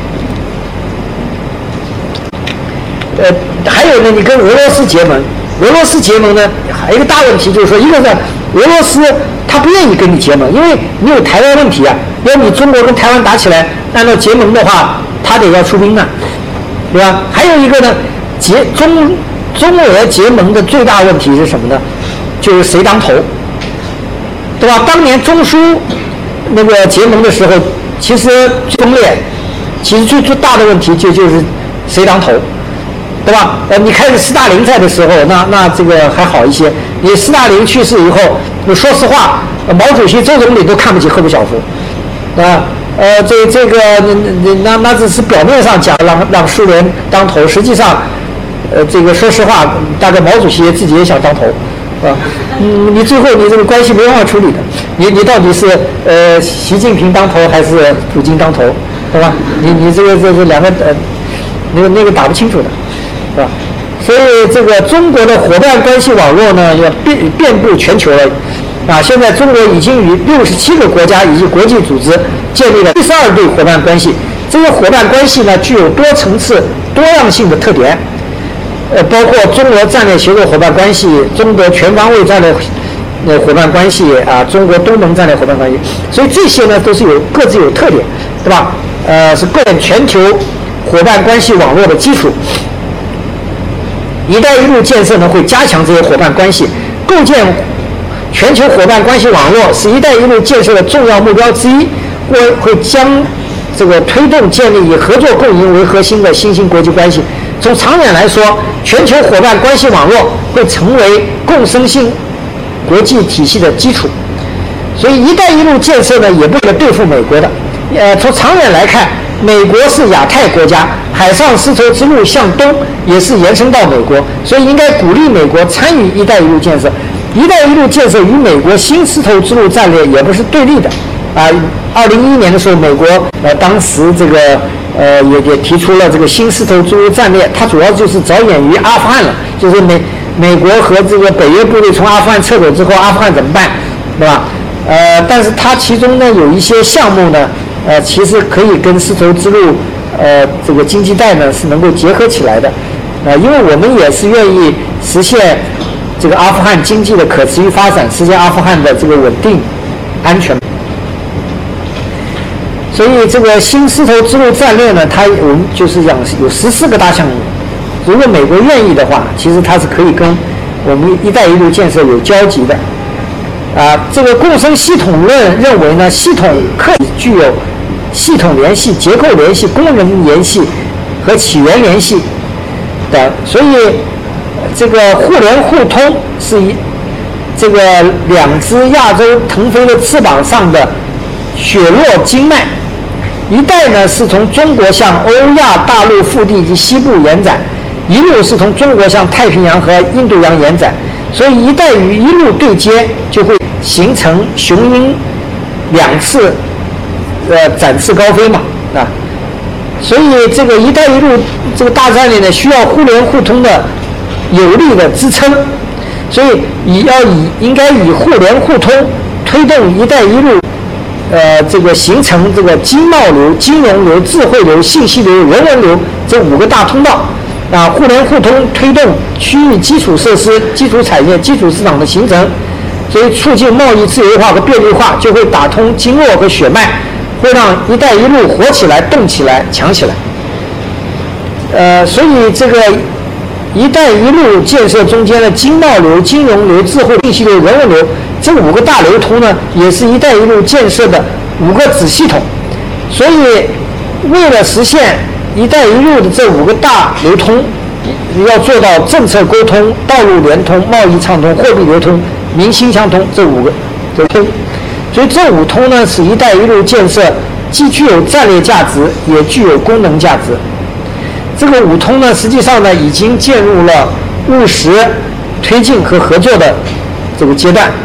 呃，还有呢，你跟俄罗斯结盟，俄罗斯结盟呢，还有一个大问题就是说，一个是俄罗斯他不愿意跟你结盟，因为你有台湾问题啊，要你中国跟台湾打起来，按照结盟的话，他得要出兵啊，对吧？还有一个呢，结中中俄结盟的最大问题是什么呢？就是谁当头，对吧？当年中苏那个结盟的时候，其实分裂，其实最最大的问题就就是谁当头。对吧？呃，你开始斯大林在的时候，那那这个还好一些。你斯大林去世以后，你说实话，毛主席、周总理都看不起赫鲁晓夫，啊，呃，这这个那那只是表面上讲让让苏联当头，实际上，呃，这个说实话，大概毛主席自己也想当头，啊，嗯，你最后你这个关系没办法处理的，你你到底是呃习近平当头还是普京当头，对吧？你你这个这这两个呃，那个那个打不清楚的。是吧？所以这个中国的伙伴关系网络呢，要遍遍布全球了。啊，现在中国已经与六十七个国家以及国际组织建立了七十二对伙伴关系。这个伙伴关系呢，具有多层次、多样性的特点。呃，包括中俄战略协作伙伴关系、中国全方位战略呃伙伴关系啊，中国东盟战略伙伴关系。所以这些呢，都是有各自有特点，对吧？呃，是构建全球伙伴关系网络的基础。“一带一路”建设呢，会加强这些伙伴关系，构建全球伙伴关系网络是“一带一路”建设的重要目标之一。会会将这个推动建立以合作共赢为核心的新兴国际关系。从长远来说，全球伙伴关系网络会成为共生性国际体系的基础。所以“一带一路”建设呢，也不是对付美国的。呃，从长远来看，美国是亚太国家，海上丝绸之路向东也是延伸到美国，所以应该鼓励美国参与“一带一路”建设。“一带一路”建设与美国新丝绸之路战略也不是对立的。啊，二零一一年的时候，美国呃当时这个呃也也提出了这个新丝绸之路战略，它主要就是着眼于阿富汗了，就是美美国和这个北约部队从阿富汗撤走之后，阿富汗怎么办，对吧？呃，但是它其中呢有一些项目呢，呃，其实可以跟丝绸之路呃这个经济带呢是能够结合起来的，呃，因为我们也是愿意实现这个阿富汗经济的可持续发展，实现阿富汗的这个稳定、安全。所以这个新丝绸之路战略呢，它我们就是讲有十四个大项目。如果美国愿意的话，其实它是可以跟我们“一带一路”建设有交集的。啊，这个共生系统论认为呢，系统可以具有系统联系、结构联系、功能联系和起源联系的。所以，这个互联互通是一这个两只亚洲腾飞的翅膀上的血络经脉。一带呢是从中国向欧亚大陆腹地及西部延展，一路是从中国向太平洋和印度洋延展，所以一带与一路对接，就会形成雄鹰两次呃展翅高飞嘛啊，所以这个一带一路这个大战略呢，需要互联互通的有力的支撑，所以以要以应该以互联互通推动一带一路。呃，这个形成这个经贸流、金融流、智慧流、信息流、人文流这五个大通道，啊，互联互通推动区域基础设施、基础产业、基础市场的形成，所以促进贸易自由化和便利化，就会打通经络和血脉，会让“一带一路”活起来、动起来、强起来。呃，所以这个“一带一路”建设中间的经贸流、金融流、智慧、信息流、人文流。这五个大流通呢，也是“一带一路”建设的五个子系统。所以，为了实现“一带一路”的这五个大流通，要做到政策沟通、道路联通、贸易畅通、货币流通、民心相通这五个流通。所以，这五通呢，使“一带一路”建设既具有战略价值，也具有功能价值。 这个五通呢，实际上呢已经进入了务实推进和合作的这个阶段，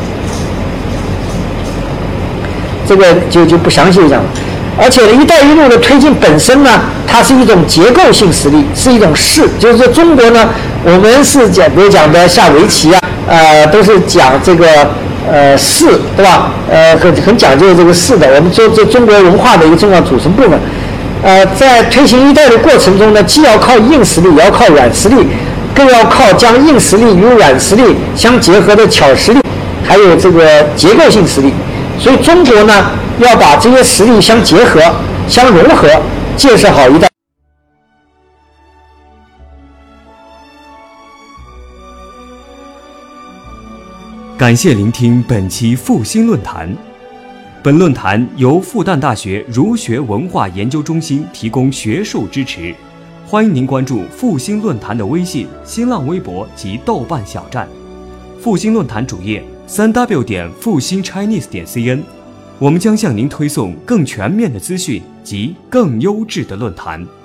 这个就就不详细讲了。而且呢，一带一路的推进本身呢，它是一种结构性实力，是一种势。就是说，中国呢，我们是讲，比如讲的下围棋啊，呃，都是讲这个呃势，对吧？呃，很很讲究这个势的。我们说这中国文化的一个重要组成部分。呃，在推行一带的过程中呢，既要靠硬实力，也要靠软实力，更要靠将硬实力与软实力相结合的巧实力，还有这个结构性实力。所以中国呢，要把这些实力相结合、相融合，建设好一带。 感谢聆听本期复兴论坛。本论坛由复旦大学儒学文化研究中心提供学术支持，欢迎您关注复兴论坛的微信、新浪微博及豆瓣小站。复兴论坛主页三 w 点复兴 Chinese 点 cn， 我们将向您推送更全面的资讯及更优质的论坛。